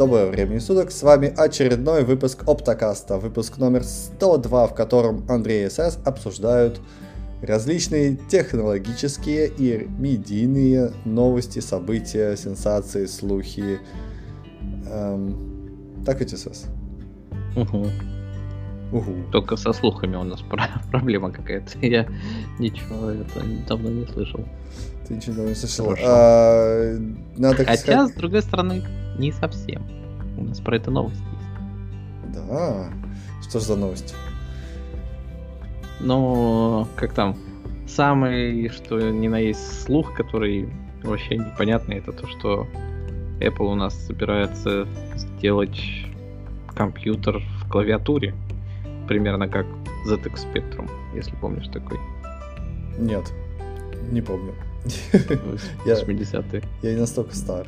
Доброго времени суток, с вами очередной выпуск Оптокаста, выпуск номер 102, в котором Андрей и СС обсуждают различные технологические и медийные новости, события, сенсации, слухи. Так ведь, СС? Угу. Только со слухами у нас проблема какая-то. Я ничего это давно не слышал. Ты ничего давно не слышал. Хотя, с другой стороны, не совсем. У нас про это новость есть. Да? Что же за новость? Ну, как там, самый, что ни на есть слух, который вообще непонятный, это то, что Apple у нас собирается сделать компьютер в клавиатуре. Примерно как ZX Spectrum, если помнишь такой. Нет, не помню. 80-е. Я не настолько стар.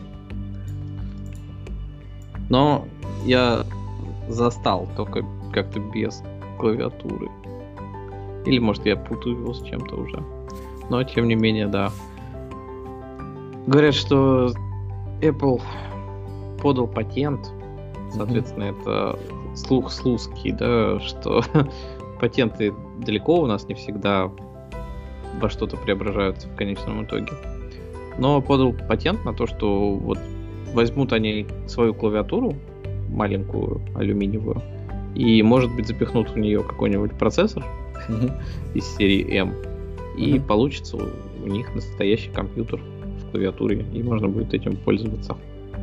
Но я застал только как-то без клавиатуры. Или, может, я путаю его с чем-то уже. Но, тем не менее, да. Говорят, что Apple подал патент. Соответственно, это слух слузкий, да, что патенты далеко у нас не всегда во что-то преображаются в конечном итоге. Но подал патент на то, что вот возьмут они свою клавиатуру, маленькую, алюминиевую, и, может быть, запихнут в нее какой-нибудь процессор из серии M, и получится у них настоящий компьютер в клавиатуре, и можно будет этим пользоваться.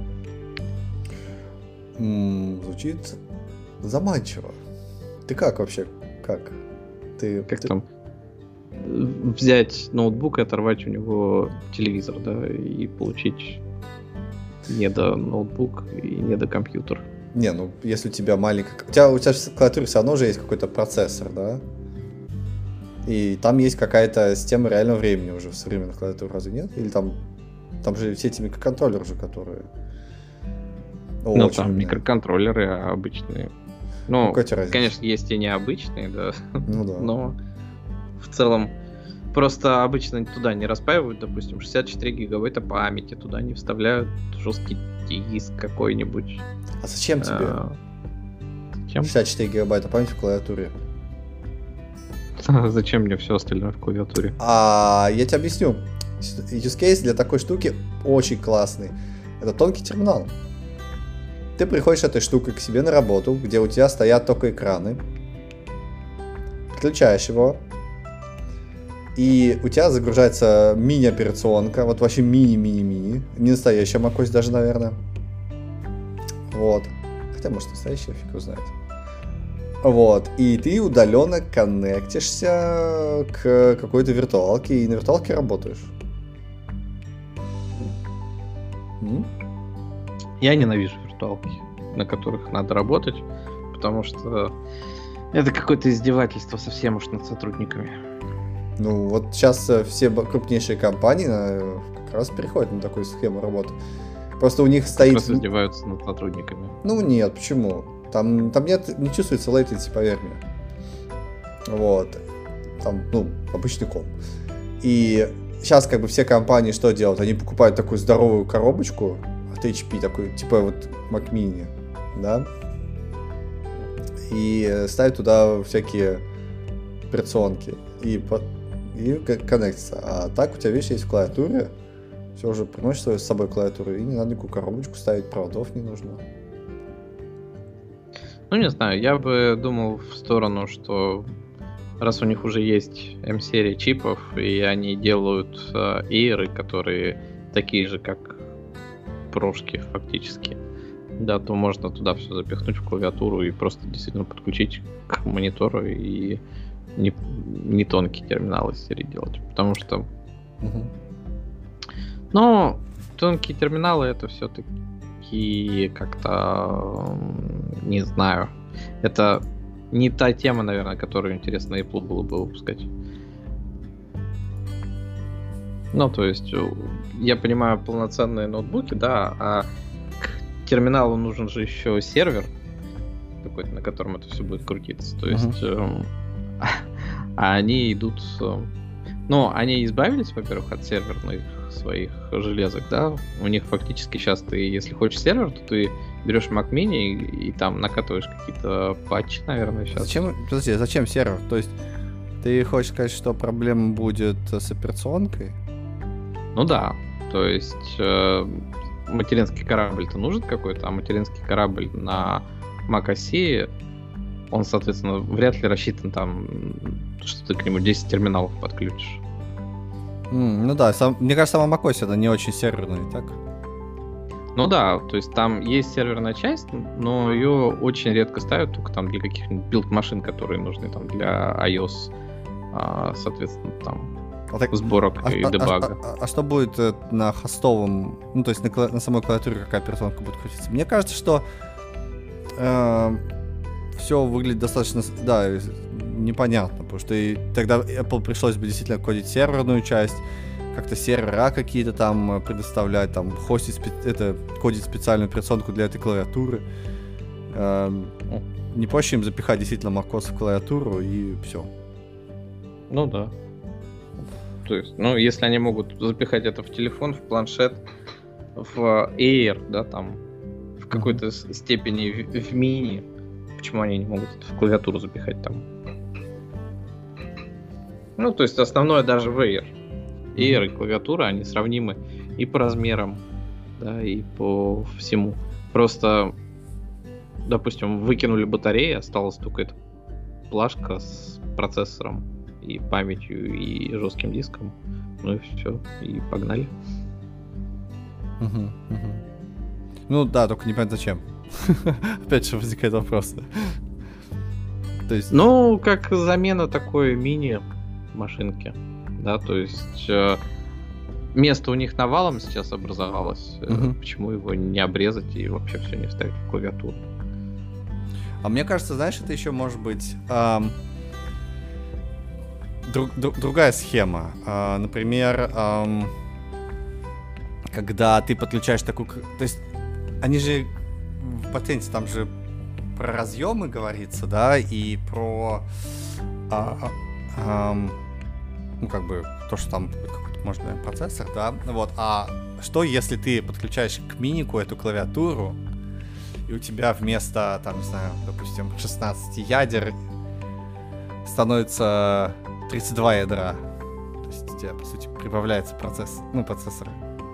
Звучит заманчиво. Ты как вообще? Как? Как там? Взять ноутбук и оторвать у него телевизор, да, и получить недо-ноутбук и недо-компьютер. Не, ну если у тебя маленькая... У тебя в клавиатуре все равно уже есть какой-то процессор, да? И там есть какая-то система реального времени уже в современных клавиатурах, разве нет? Или там же все эти микроконтроллеры уже, которые... Ну, там микроконтроллеры обычные. Ну, конечно, есть и необычные, да. Ну да. Но в целом просто обычно туда не распаивают, допустим, 64 гигабайта памяти, туда не вставляют жесткий диск какой-нибудь. А зачем тебе? Зачем? 64 гигабайта памяти в клавиатуре. Зачем мне все остальное в клавиатуре? Я тебе объясню. Use case для такой штуки очень классный. Это тонкий терминал. Ты приходишь этой штукой к себе на работу, где у тебя стоят только экраны, включаешь его, и у тебя загружается мини-операционка, вот вообще мини-мини-мини, не настоящая macOS даже, наверное. Вот. Хотя, может, настоящая, фиг его знает. Вот. И ты удаленно коннектишься к какой-то виртуалке, и на виртуалке работаешь. Я ненавижу виртуалки, на которых надо работать, потому что это какое-то издевательство совсем уж над сотрудниками. Ну, вот сейчас все крупнейшие компании как раз переходят на такую схему работы. Просто у них стоит... Просто издеваются над сотрудниками. Ну, нет, почему? Там нет, не чувствуется latency, поверь мне. Вот. Там, обычный комп. И сейчас как бы все компании что делают? Они покупают такую здоровую коробочку от HP, такой, типа вот Mac Mini, да? И ставят туда всякие операционки. И коннектится. А так у тебя вещи есть в клавиатуре. Все уже приносишь с собой клавиатуру. И не надо никакую коробочку ставить, проводов не нужно. Ну, не знаю, я бы думал в сторону, что раз у них уже есть M-серия чипов, и они делают Air, которые такие же, как прошки фактически, да, то можно туда все запихнуть в клавиатуру и просто действительно подключить к монитору и не тонкий терминал из серии делать. Потому что... Но тонкие терминалы это все-таки как-то... Не знаю. Это не та тема, наверное, которую интересно Apple было бы выпускать. Ну, то есть, я понимаю, полноценные ноутбуки, да, а к терминалу нужен же еще сервер какой-то, на котором это все будет крутиться. То есть, а они идут... Ну, они избавились, во-первых, от серверных своих железок, да, у них фактически сейчас ты, если хочешь сервер, то ты берешь Mac Mini и там накатываешь какие-то патчи, наверное, сейчас. Подожди, зачем сервер? То есть ты хочешь сказать, что проблема будет с операционкой? Ну да, то есть материнский корабль-то нужен какой-то, а материнский корабль на Mac OS, он, соответственно, вряд ли рассчитан там, что ты к нему 10 терминалов подключишь. Ну да, мне кажется, сама macOS это не очень серверная, так? Ну да, то есть там есть серверная часть, но ее очень редко ставят, только там для каких-нибудь билд-машин, которые нужны там для iOS, соответственно, там сборок и дебага. А что будет на хостовом, ну то есть на самой клавиатуре какая операционка будет крутиться? Мне кажется, что все выглядит достаточно, да, непонятно, потому что тогда Apple пришлось бы действительно кодить серверную часть, как-то сервера какие-то там предоставлять, там кодить специальную операционку для этой клавиатуры. Не проще им запихать действительно macOS в клавиатуру и все. Ну да. То есть, ну, если они могут запихать это в телефон, в планшет, в Air, да, там, в какой-то степени в мини, почему они не могут это в клавиатуру запихать там? Ну, то есть, основное даже в Air. Air и клавиатура, они сравнимы и по размерам, да, и по всему. Просто, допустим, выкинули батареи, осталась только эта плашка с процессором и памятью, и жестким диском. Ну и все, и погнали. Ну да, только не понятно зачем. Опять же возникает вопрос. То есть... Ну, как замена такой мини-машинки. Да, то есть место у них навалом сейчас образовалось. Почему его не обрезать и вообще все не вставить в клавиатуру? А мне кажется, знаешь, это еще может быть другая схема. Например, когда ты подключаешь такую... То есть они же в патенте там же про разъемы говорится, да, и про... ну, как бы, то, что там какой-то, может, наверное, процессор, да, вот, а что, если ты подключаешь к минику эту клавиатуру, и у тебя вместо, там, не знаю, допустим, 16 ядер становится 32 ядра, то есть у тебя, по сути, прибавляется процессор.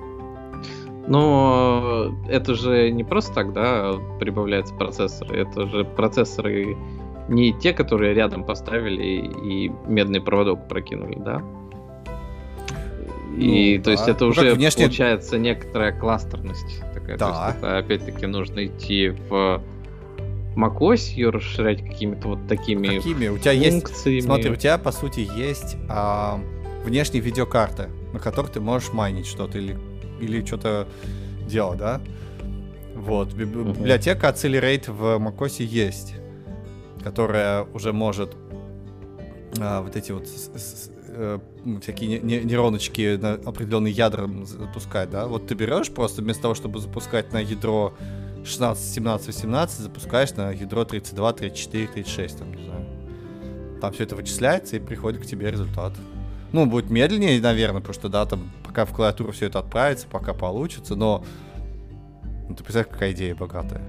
Но это же не просто так, да, прибавляется процессор, это же процессоры не те, которые рядом поставили и медный проводок прокинули, да? И ну, то есть это уже внешне... получается некоторая кластерность такая. Да. То есть это опять-таки нужно идти в macOS, ее расширять какими-то вот такими у тебя функциями. Есть, смотри, у тебя по сути есть внешние видеокарты, на которых ты можешь майнить что-то или что-то делать, да? Вот, библиотека Accelerate в macOS есть, которая уже может вот эти вот всякие нейроночки на определенные ядра запускать, да? Вот ты берешь просто вместо того, чтобы запускать на ядро 16, 17, 18, запускаешь на ядро 32, 34, 36, там, не знаю. Там все это вычисляется и приходит к тебе результат. Ну, будет медленнее, наверное, потому что, да, там, пока в клавиатуру все это отправится, пока получится, но ты представляешь, какая идея богатая.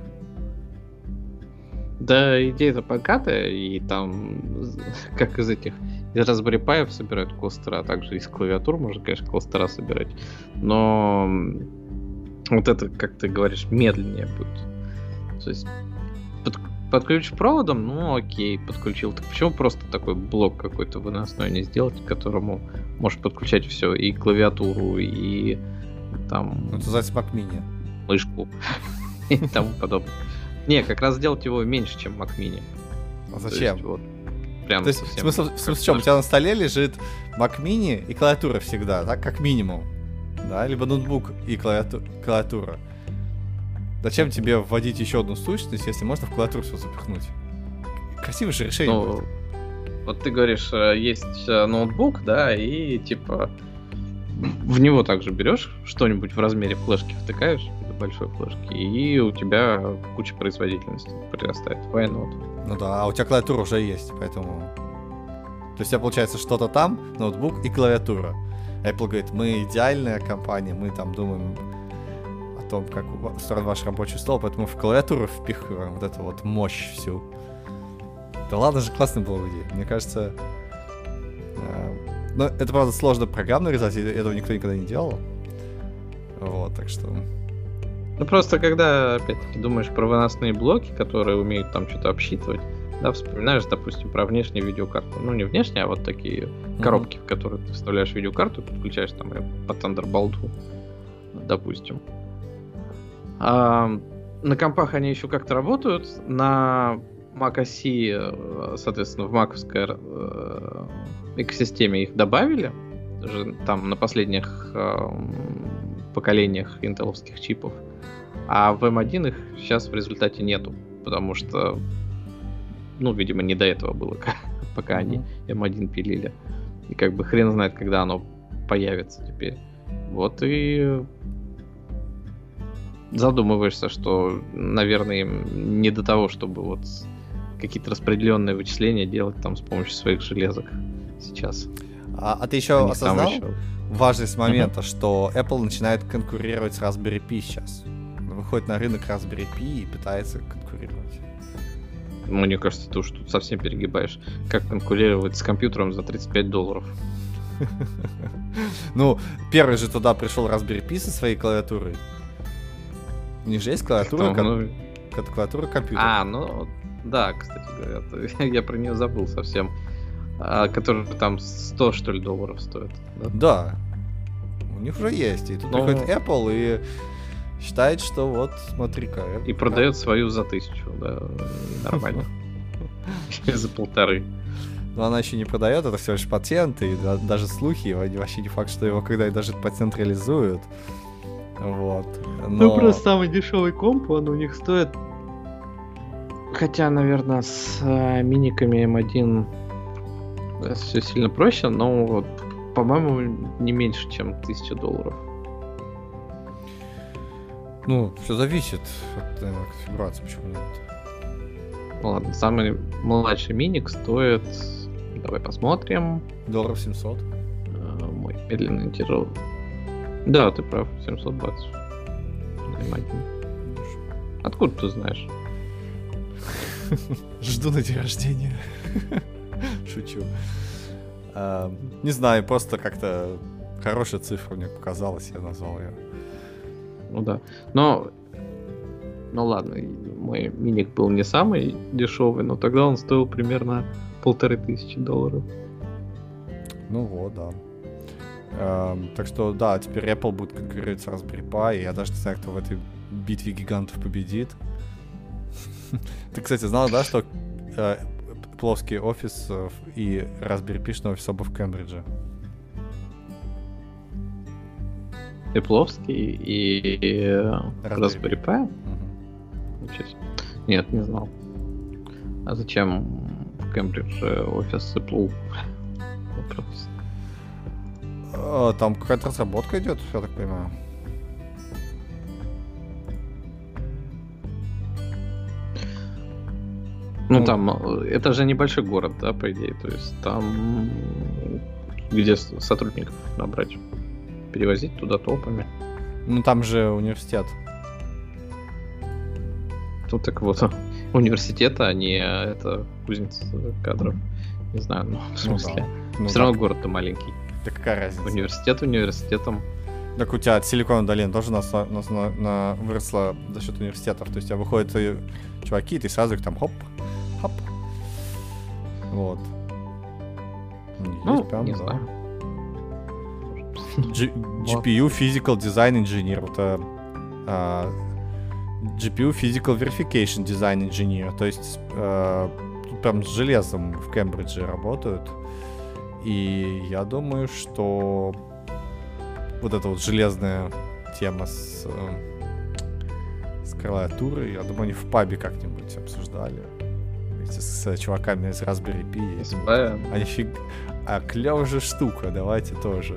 Да, идея-то богатая, и там, как из Raspberry Pi собирают кластера, а также из клавиатур можно, конечно, кластера собирать, но вот это, как ты говоришь, медленнее будет. То есть подключишь проводом, ну окей, подключил. Так почему просто такой блок какой-то выносной не сделать, к которому можешь подключать все, и клавиатуру, и там... Это называется Mac Mini. Мышку и тому подобное. Не, как раз сделать его меньше, чем Mac Mini. А зачем? Есть, вот, прям то есть, совсем... в смысле, в чем? У тебя на столе лежит Mac Mini и клавиатура всегда, так, как минимум. Да, либо ноутбук и клавиатура. Зачем тебе вводить еще одну сущность, если можно в клавиатуру все запихнуть? Красивое же решение. Ну, вот ты говоришь, есть ноутбук, да, и типа в него также берешь что-нибудь в размере флешки, втыкаешь, большой флешки, и у тебя куча производительности прирастает. Why not? Ну да, а у тебя клавиатура уже есть, поэтому... То есть у тебя получается что-то там, ноутбук и клавиатура. Apple говорит, мы идеальная компания, мы там думаем о том, как устроен ваш рабочий стол, поэтому в клавиатуру впихиваем вот эту вот мощь всю. Да ладно же, классно было в идее. Мне кажется... Но это, правда, сложно программно резать, и этого никто никогда не делал. Вот, так что... Ну просто когда, опять-таки, думаешь про выносные блоки, которые умеют там что-то обсчитывать, да, вспоминаешь, допустим, про внешнюю видеокарту. Ну, не внешние, а вот такие коробки, в которые ты вставляешь видеокарту и подключаешь там по Thunderbolt, допустим. А на компах они еще как-то работают. На Mac OS, соответственно, в маковской экосистеме их добавили. Даже там на последних поколениях интеловских чипов. А в M1 их сейчас в результате нету. Потому что, ну, видимо, не до этого было, пока они M1 пилили. И как бы хрен знает, когда оно появится теперь. Вот и задумываешься, что, наверное, им не до того, чтобы вот какие-то распределенные вычисления делать там с помощью своих железок сейчас. А ты еще осознал важность момента, что Apple начинает конкурировать с Raspberry Pi сейчас? Выходит на рынок Raspberry Pi и пытается конкурировать. Мне кажется, ты уж тут совсем перегибаешь. Как конкурировать с компьютером за $35? Ну, первый же туда пришел Raspberry Pi со своей клавиатурой. У них же есть клавиатура, клавиатура компьютера. А, ну, да, кстати говоря, я про нее забыл совсем. Который там $100, что ли, стоит. Да. У них уже есть. И тут приходит Apple и считает, что вот, смотри-ка. И продает свою за 1000, да, нормально. За 1500. Но она еще не продает, это всего лишь патент, и даже слухи, вообще не факт, что его когда и даже этот патент реализуют. Вот. Ну, просто самый дешевый комп, он у них стоит... Хотя, наверное, с миниками M1 все сильно проще, но, вот, по-моему, не меньше, чем $1000. Ну, все зависит от конфигурации, почему нет. Ладно, самый младший миник стоит... Давай посмотрим. $700. Мой медленный тирол. Да, ты прав, $700. Откуда ты знаешь? Жду на день рождения. Шучу. Не знаю, просто как-то хорошая цифра мне показалась, я назвал ее. Ну да. Но... Ну ладно, мой миник был не самый дешевый, но тогда он стоил примерно $1500. Ну вот, да. Так что, да, теперь Apple будет конкурировать с Raspberry Pi, и я даже не знаю, кто в этой битве гигантов победит. Ты, кстати, знал, да, что плоский офис и Raspberry Pi офис оба в Кембридже? Эпловский и Raspberry Pi? Нет, не знал. А зачем в Кембридже офис Apple? Вопрос. Там какая-то разработка идет, я так понимаю. Ну, там, это же небольшой город, да, по идее. То есть там, где сотрудников набрать, перевозить туда толпами. Ну, там же университет. Тут так вот, университет, а не это кузница кадров. Не знаю, ну, в смысле. Ну, все равно город-то маленький. Да какая разница? Университет университетом. Так у тебя Силиконовая долина тоже выросла за счет университетов. То есть у тебя выходят чуваки, и ты сразу их там хоп. Вот. Ну, прям, не знаю. GPU Physical Design Engineer. Это GPU Physical Verification Design Engineer. То есть тут прям с железом в Кембридже работают. И я думаю, что вот эта вот железная тема с клавиатурой, я думаю, они в пабе как-нибудь обсуждали. Вместе с чуваками из Raspberry Pi. Они клёвая же штука, давайте тоже.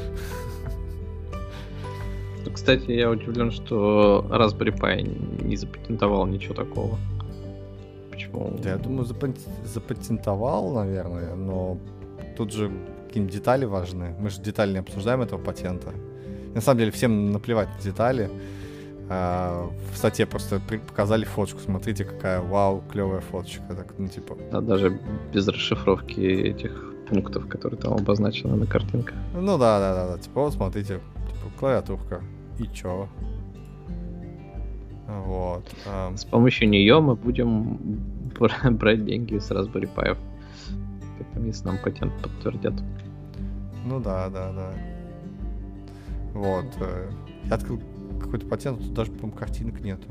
Кстати, я удивлен, что Raspberry Pi не запатентовал ничего такого. Почему? Да, я думаю, запатентовал, наверное, но тут же какие-нибудь детали важны. Мы же детали не обсуждаем этого патента. На самом деле всем наплевать на детали. В статье просто показали фоточку. Смотрите, какая вау, клевая фоточка. Так, ну, типа... А даже без расшифровки этих пунктов, которые там обозначены на картинках. Ну да. Типа вот смотрите, типа клавиатурка. И чё? Вот. С помощью нее мы будем брать деньги с Raspberry Pi. Если нам патент подтвердят. Ну да. Вот. Я открыл какой-то патент, тут даже, по-моему, картинок нету.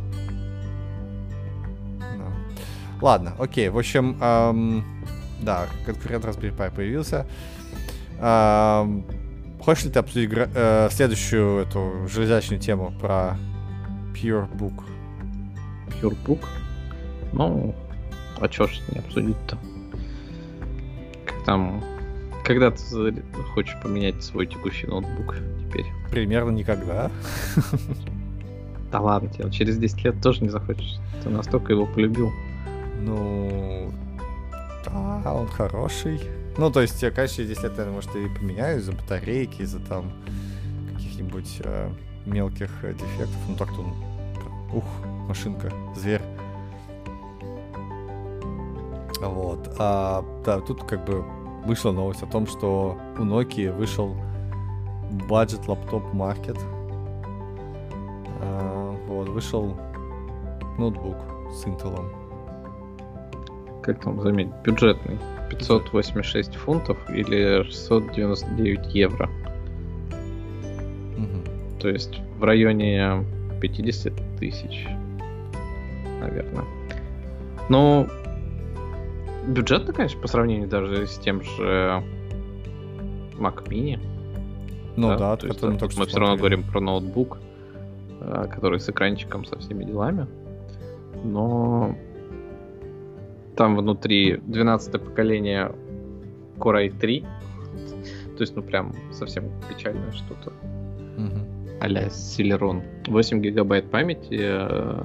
Да. Ладно, окей. В общем, да, конкурент Raspberry Pi появился. Хочешь ли ты обсудить следующую эту железячную тему про PureBook? PureBook? Ну, а чё ж не обсудить-то? Как там... Когда ты хочешь поменять свой текущий ноутбук теперь? Примерно никогда. Да ладно, тебе через 10 лет тоже не захочешь. Ты настолько его полюбил. Ну... Да, он хороший. Ну, то есть, конечно, через 10 лет, наверное, может, и поменяю из-за батарейки, из-за там каких-нибудь мелких дефектов. Ну, так-то он... Ух, машинка, зверь. Вот. Да, тут как бы вышла новость о том, что у Nokia вышел Budget Laptop Market. Вот, вышел ноутбук с Intel. Как там заметить? Бюджетный. 586 фунтов или 699 евро. Угу. То есть в районе 50 тысяч, наверное. Ну, бюджетно, конечно, по сравнению даже с тем же Mac Mini. Ну да, то есть мы все равно говорим про ноутбук, который с экранчиком, со всеми делами. Но там внутри 12-е поколение Core i3. То есть, ну прям совсем печальное что-то. А-ля Celeron. 8 гигабайт памяти,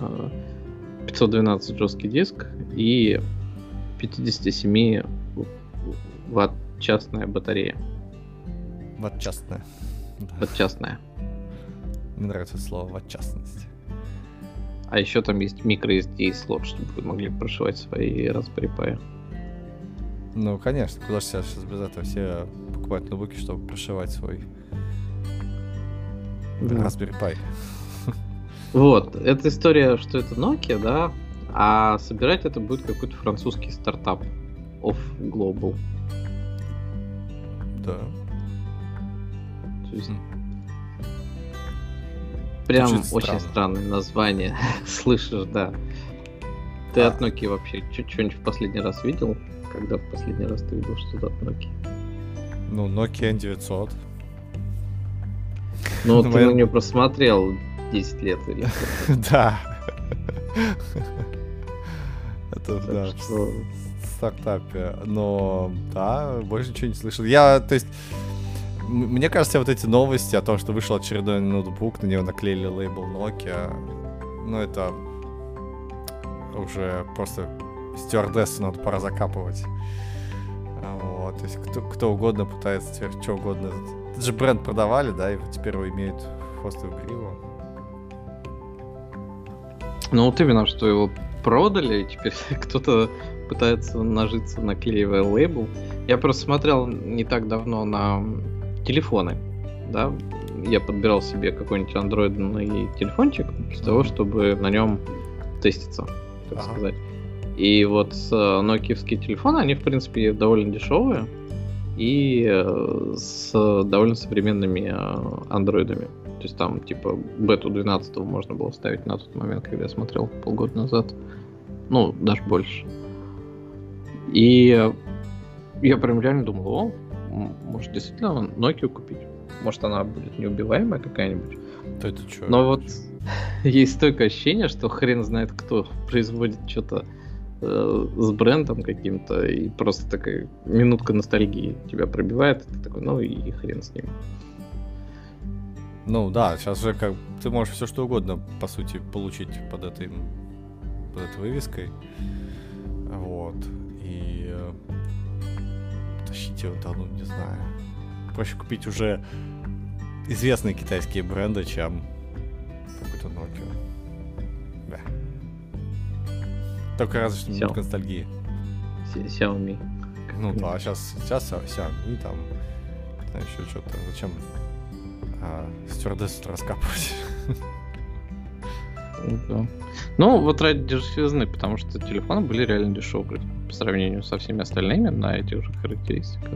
512 жесткий диск и 57 ватт-частная батарея. Ватт-частная. Ватт-частная. Мне нравится это слово ватт-частность. А еще там есть microSD слот, чтобы вы могли прошивать свои Raspberry Pi. Ну, конечно, куда же сейчас без этого все покупают ноутбуки, чтобы прошивать свой Raspberry Pi. Вот, это история, что это Nokia, да, а собирать это будет какой-то французский стартап Off Global. Да. То есть... Прям Звучит очень странное название. Слышишь, да. Ты от Nokia вообще что-нибудь в последний раз видел? Когда в последний раз ты видел что-то от Nokia? Ну, Nokia N900. Ну, ты на нее просмотрел 10 лет или да. Это, да, в стартапе. Но, да, больше ничего не слышал. То есть, мне кажется, вот эти новости о том, что вышел очередной ноутбук, на него наклеили лейбл Nokia, ну, это уже просто стюардессу надо пора закапывать. Вот, то есть кто угодно пытается теперь что угодно. Этот же бренд продавали, да, и теперь его имеют хвостовую гриву. Ну, вот именно, что его продали, и теперь кто-то пытается нажиться, наклеивая лейбл. Я просто смотрел не так давно на телефоны, да, я подбирал себе какой-нибудь андроидный телефончик для того, чтобы на нем теститься, так сказать. И вот нокиевские телефоны, они, в принципе, довольно дешевые и с довольно современными андроидами. То есть там, типа, бету 12 можно было ставить на тот момент, когда я смотрел полгода назад. Ну, даже больше. И я прям реально думал, может, действительно Nokia купить? Может, она будет неубиваемая какая-нибудь? Да это чё? Но вот есть стойкое ощущение, что хрен знает кто производит что-то с брендом каким-то, и просто такая минутка ностальгии тебя пробивает, и ты такой, ну и хрен с ним. Ну да, сейчас же как ты можешь все что угодно, по сути, получить под этой вывеской. Вот. И тащите, да, ну, не знаю. Проще купить уже известные китайские бренды, чем какую-то Nokia. Да. Только разве что минутка ностальгии. Xiaomi. Ну да, сейчас Xiaomi там, там еще что-то. Зачем стюардессу раскапывать? Да. Ну, вот ради дешевизны, потому что телефоны были реально дешевые по сравнению со всеми остальными на этих же характеристиках.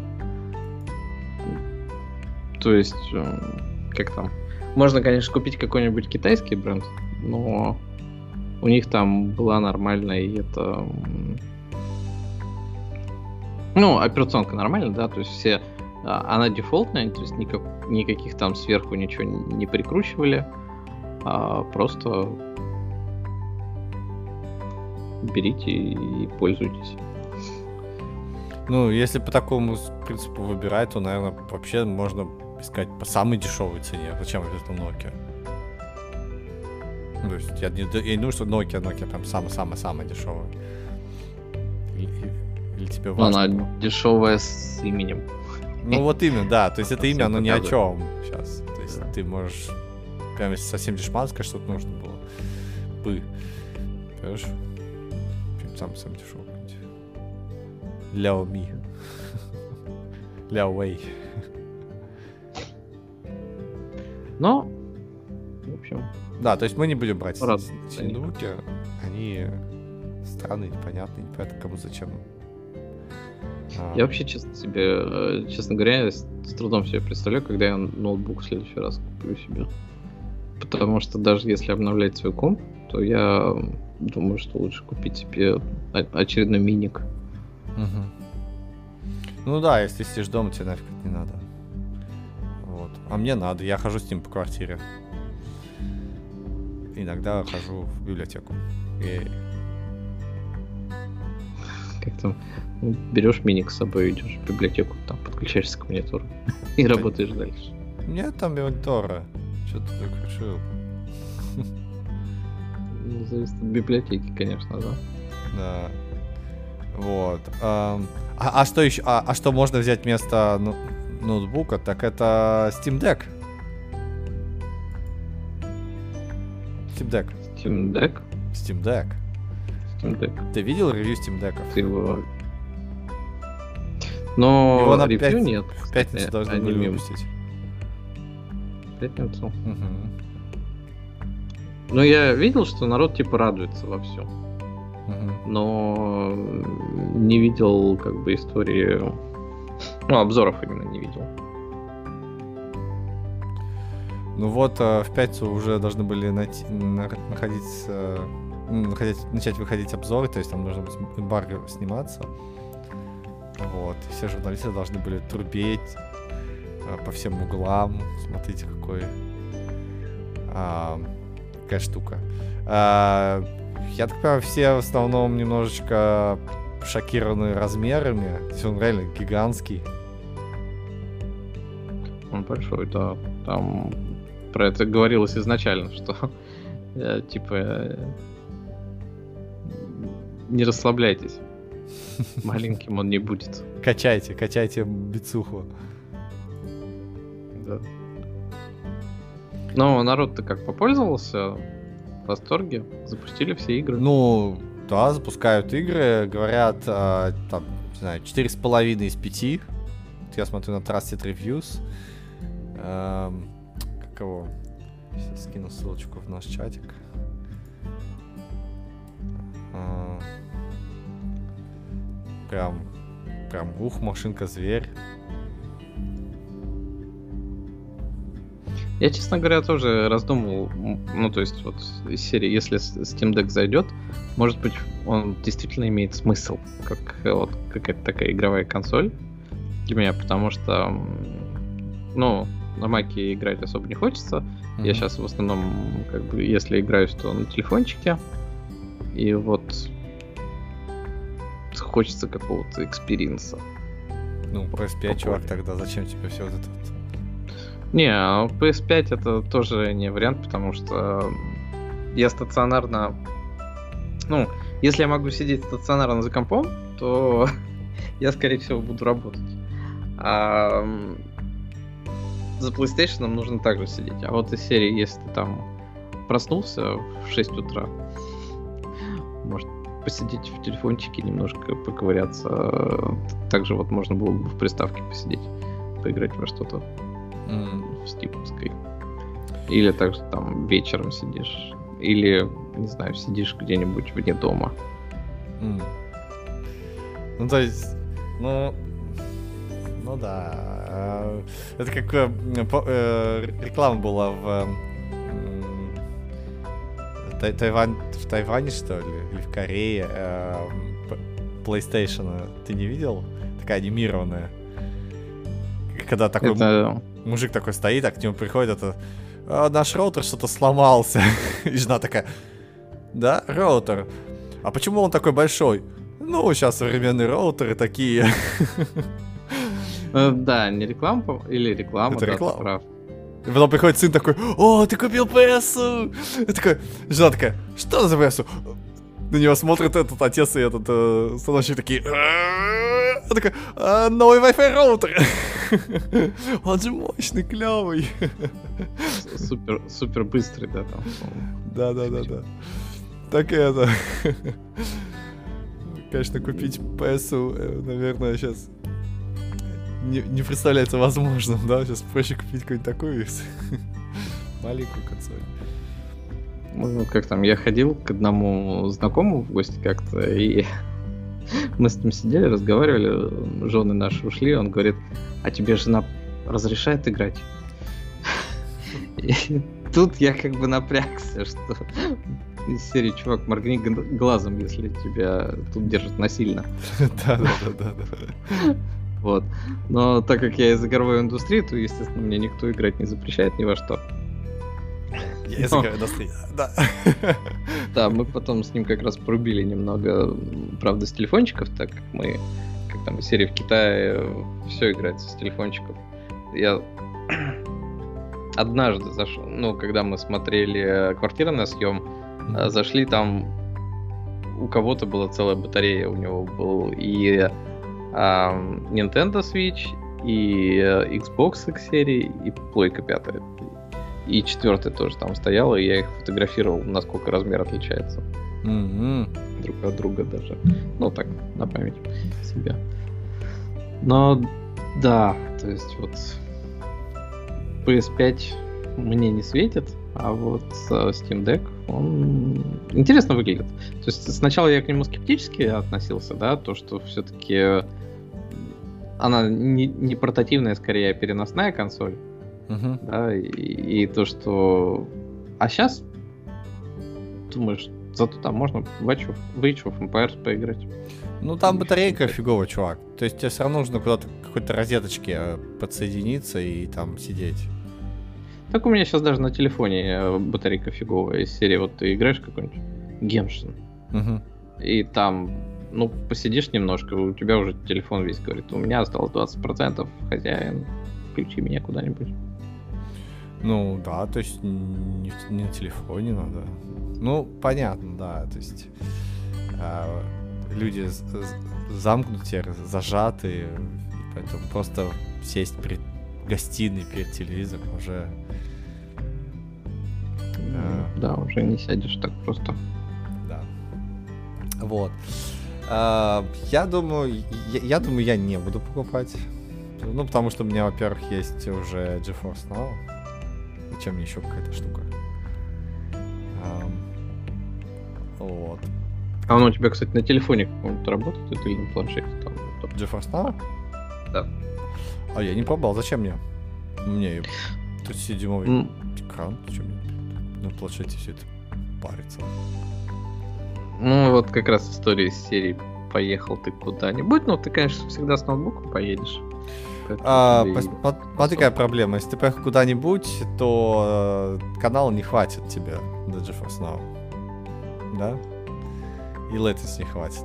То есть, как там? Можно, конечно, купить какой-нибудь китайский бренд, но у них там была нормальная, и это... Ну, операционка нормальная, да, то есть все... Она дефолтная, то есть никаких там сверху ничего не прикручивали, просто берите и пользуйтесь. Ну, если по такому принципу выбирать, то, наверное, вообще можно искать по самой дешевой цене. Зачем это Nokia? То есть я не думаю, что Nokia прям самая-самая дешевая. Или тебе важно? Она дешевая с именем. Ну вот именно, да. То есть это имя, оно ни о чем сейчас. То есть ты можешь, прям если совсем дешманское что-то нужно было бы, понимаешь? Самый дешевый. Xiaomi. Huawei. Но, в общем... Да, то есть мы не будем брать ноутбуки. Они странные, непонятные, непонятно кому зачем. Я вообще, честно говоря, с трудом себе представляю, когда я ноутбук в следующий раз куплю себе. Потому что даже если обновлять свой комп, то я думаю, что лучше купить себе очередной миник. Угу. Ну да, если сидишь дома, тебе нафиг это не надо. Вот. А мне надо, я хожу с ним по квартире. Иногда хожу в библиотеку. Как там? Берешь миник с собой, идешь в библиотеку, там подключаешься к монитору и работаешь дальше. Нет там монитора. Что ты так решил? Ну, зависит от библиотеки, конечно, да. Да. Вот. А что еще? А что можно взять вместо ноутбука? Так это Steam Deck. Steam Deck? Ты видел ревью Steam Deck? Ты его... Но его на ревью нет. В пятницу должны были выпустить. В пятницу? Угу. Ну, я видел, что народ типа радуется во всем. Но не видел как бы истории... Ну, обзоров именно не видел. Ну вот, в пятницу уже должны были начать выходить обзоры, то есть там должно быть эмбарго сниматься. Вот, и все журналисты должны были трубеть по всем углам. Смотрите, какая штука. Я так понимаю, все в основном немножечко шокированы размерами. То есть он реально гигантский. Он большой, да. Там про это говорилось изначально, что типа не расслабляйтесь. Маленьким он не будет. Качайте бицуху. Да. Но народ-то как попользовался, в восторге, запустили все игры. Ну, да, запускают игры, говорят, там, не знаю, 4,5 из 5. Я смотрю на Trusted Reviews. Каково? Сейчас скину ссылочку в наш чатик. Прям, машинка-зверь. Я, честно говоря, тоже раздумывал, ну, то есть, вот, из серии, если Steam Deck зайдет, может быть, он действительно имеет смысл, как вот какая-то такая игровая консоль для меня, потому что, ну, на Маке играть особо не хочется. Mm-hmm. Я сейчас в основном, как бы, если играюсь, то на телефончике. И вот хочется какого-то экспириенса. Ну, PS5, чувак, тогда зачем тебе все вот это вот? Не, PS5 это тоже не вариант, потому что я стационарно... Ну, если я могу сидеть стационарно за компом, то я, скорее всего, буду работать. За PlayStation нужно также сидеть. А вот из серии, если ты там проснулся в 6 утра, может посидеть в телефончике, немножко поковыряться. Также вот можно было бы в приставке посидеть, поиграть во что-то в стиповской. Или также там вечером сидишь. Или, не знаю, сидишь где-нибудь вне дома. Ну, то есть, ну да. Это как реклама была в Тайване, что ли, или в Корее, PlayStation. Ты не видел? Такая анимированная. Когда такой мужик такой стоит, а к нему приходит наш роутер что-то сломался. И жена такая: да, роутер. А почему он такой большой? Ну, сейчас современные роутеры такие. Да, не реклама, или реклама, это да, реклама. Ты прав. И потом приходит сын такой: о, ты купил PS-у! И такой, жена такая: что за PS-у? На него смотрит этот отец и этот становщик такие: он такой: новый Wi-Fi роутер! Он же мощный, клевый. Супер быстрый, да, там. Да. Так и это. Конечно, купить PS-у, наверное, сейчас не представляется возможным, да? Сейчас проще купить какую-нибудь такую маленькую консоль. Ну, как там, я ходил к одному знакомому в гости как-то, и мы с ним сидели, разговаривали, жены наши ушли, он говорит: а тебе жена разрешает играть? И тут я как бы напрягся, что из серии: чувак, моргни глазом, если тебя тут держат насильно. Да. Вот. Но так как я из игровой индустрии, то, естественно, мне никто играть не запрещает ни во что. Я из игровой индустрии, да. Да, мы потом с ним как раз порубили немного, правда, с телефончиков, так как мы, как там, из серии в Китае, все играется с телефончиков. Я однажды зашел, ну, когда мы смотрели «Квартира на съем», зашли, там у кого-то была целая батарея, у него был и Nintendo Switch, и Xbox X серии, и плойка 5. И 4 тоже там стояла, и я их фотографировал, насколько размер отличается. Друг от друга даже. Ну так, на память себя. Но да, то есть вот PS5 мне не светит, а вот Steam Deck, он интересно выглядит. То есть сначала я к нему скептически относился, да, то, что все-таки она не портативная, скорее, а переносная консоль. Да, и то, что... А сейчас думаешь, зато там можно в Age of Empires поиграть. Ну там батарейка фиговая, чувак. То есть тебе все равно нужно куда-то к какой-то розеточке подсоединиться и там сидеть. Так у меня сейчас даже на телефоне батарейка фиговая из серии. Вот ты играешь какой-нибудь Genshin, и там, ну, посидишь немножко, у тебя уже телефон весь говорит: у меня осталось 20%, хозяин, включи меня куда-нибудь. Ну да, то есть не на телефоне надо. Ну, понятно, да, то есть люди замкнутые, зажатые, и поэтому просто сесть перед гостиной, перед телевизором уже... Да, уже не сядешь так просто. Да. Вот. Я думаю, я не буду покупать. Ну, потому что у меня, во-первых, есть уже GeForce Now. Зачем мне еще какая-то штука? Вот. А он у тебя, кстати, на телефоне каком-то работает или на планшете? Там, GeForce Now? Да. А я не пробовал. Зачем мне? Мне 37-й экран. Зачем мне на планшете все это парится? Ну, вот как раз история из серии «Поехал ты куда-нибудь». Ну, ты, конечно, всегда с ноутбуком поедешь. Смотри, какая проблема. Если ты поехал куда-нибудь, то канала не хватит тебе до GeForce Now. Да? И latency не хватит.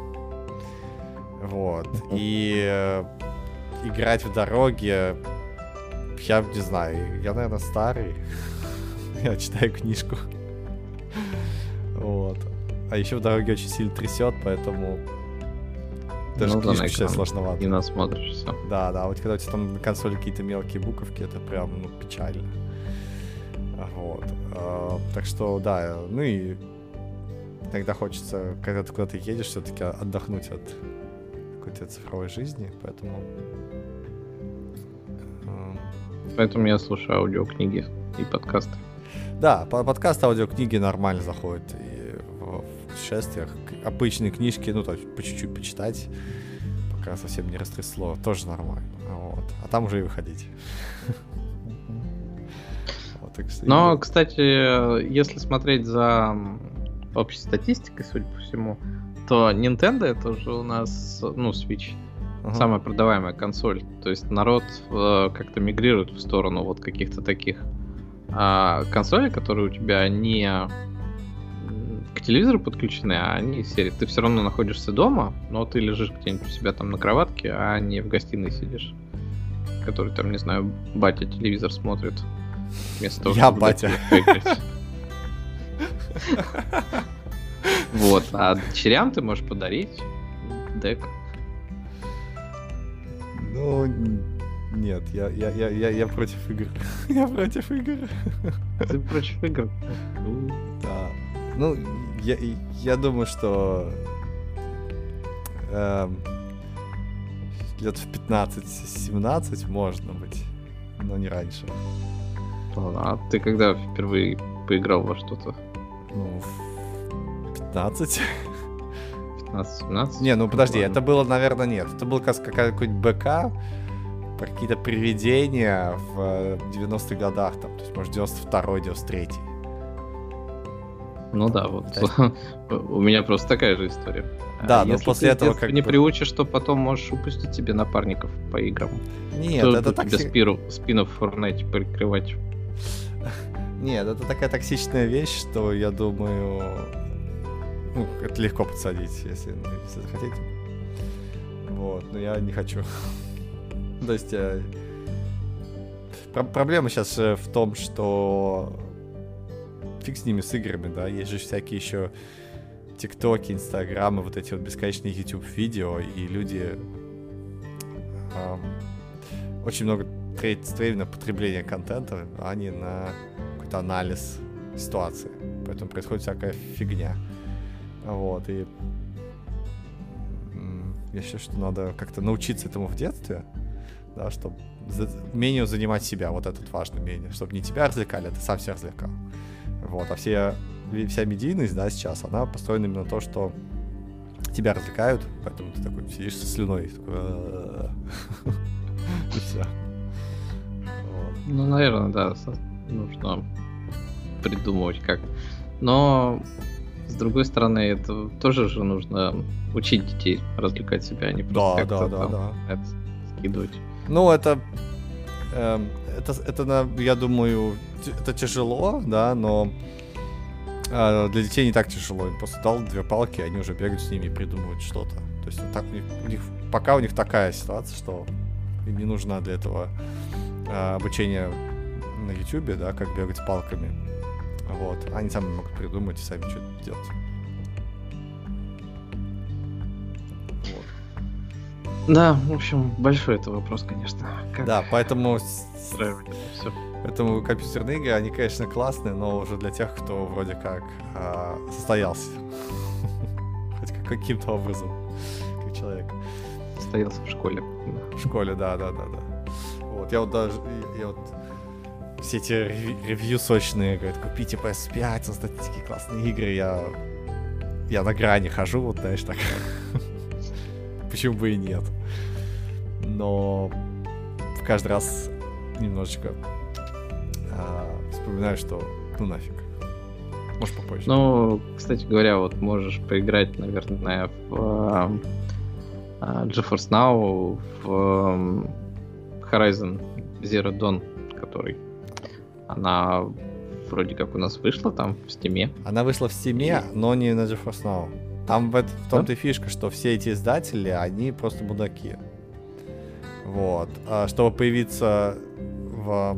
Вот. И играть в дороге... Я не знаю. Я, наверное, старый. Я читаю книжку. Вот. А еще в дороге очень сильно трясет, поэтому даже Ну, да, книжку на читать экран сложновато. не насмотришься. Да, вот когда у тебя там на консоли какие-то мелкие буковки, это прям, печально. Вот. Так что, да, ну и иногда хочется, когда ты куда-то едешь, все-таки отдохнуть от какой-то цифровой жизни, поэтому... Поэтому я слушаю аудиокниги и подкасты. Да, подкасты, аудиокниги нормально заходят и в путешествиях. Обычные книжки, то есть по чуть-чуть почитать, пока совсем не растрясло, тоже нормально. Вот. А там уже и выходить. Но, кстати, если смотреть за общей статистикой, судя по всему, то Nintendo это уже у нас, Switch, самая продаваемая консоль. То есть народ как-то мигрирует в сторону вот каких-то таких консолей, которые у тебя не к телевизору подключены, а они из серии. Ты все равно находишься дома, но ты лежишь где-нибудь у себя там на кроватке, а не в гостиной сидишь, который там, не знаю, батя телевизор смотрит. Вместо того, я батя. Вот, а дочерям ты можешь подарить дек. Ну, нет, я против игр. Я против игр. Ты против игр? Да. Ну, я думаю, что лет в 15-17 можно быть, но не раньше. А ты когда впервые поиграл во что-то? Ну, в 15. 15-17? Не, подожди, это было, наверное, нет. Это был какой-нибудь БК про какие-то привидения в 90-х годах, там, то есть, может, 92-й, 93-й. Ну да, вот. У меня просто такая же история. Да, но после этого как не приучишь, то потом можешь упустить себе напарников по играм. Нет, это так... Тебе спинов в Fortnite прикрывать. Нет, это такая токсичная вещь, что, я думаю, это легко подсадить, если захотите. Вот, но я не хочу. То есть, проблема сейчас в том, что фиг с ними, с играми, да, есть же всякие еще тиктоки, инстаграмы, вот эти вот бесконечные YouTube-видео, и люди очень много тратят на потребление контента, а не на какой-то анализ ситуации. Поэтому происходит всякая фигня. Вот, и я считаю, что надо как-то научиться этому в детстве, да, чтобы умению занимать себя, вот этот важный умение, чтобы не тебя развлекали, а ты сам себя развлекал. Вот, а вся медийность, да, сейчас, она построена именно на то, что тебя развлекают, поэтому ты такой сидишь со слюной, такой... И все. Ну, наверное, да, нужно придумывать как. Но, с другой стороны, это тоже же нужно учить детей развлекать себя, а не просто это скидывать. Ну, это, я думаю, это тяжело, да, но для детей не так тяжело. Им просто дал 2 палки, они уже бегают с ними и придумывают что-то. То есть так, пока у них такая ситуация, что им не нужно для этого обучение на YouTube, да, как бегать с палками. Вот. Они сами могут придумать и сами что-то делать. Да, в общем, большой это вопрос, конечно. Да, поэтому... Все. Поэтому компьютерные игры, они, конечно, классные, но уже для тех, кто вроде как состоялся. Хоть каким-то образом, как человек. Состоялся в школе. В школе, да. Вот, я вот все эти ревью сочные, говорят, купите PS5, создайте такие классные игры, я на грани хожу, вот, знаешь, так. Почему бы и нет? Но каждый раз немножечко вспоминаю, что ну нафиг. Может, попозже. Ну, кстати говоря, вот можешь поиграть, наверное, в GeForce Now, в Horizon Zero Dawn, который она вроде как у нас вышла там в Steam. Она вышла в Steam, но не на GeForce Now. Там в том-то и фишка, что все эти издатели, они просто мудаки. Вот. А чтобы появиться в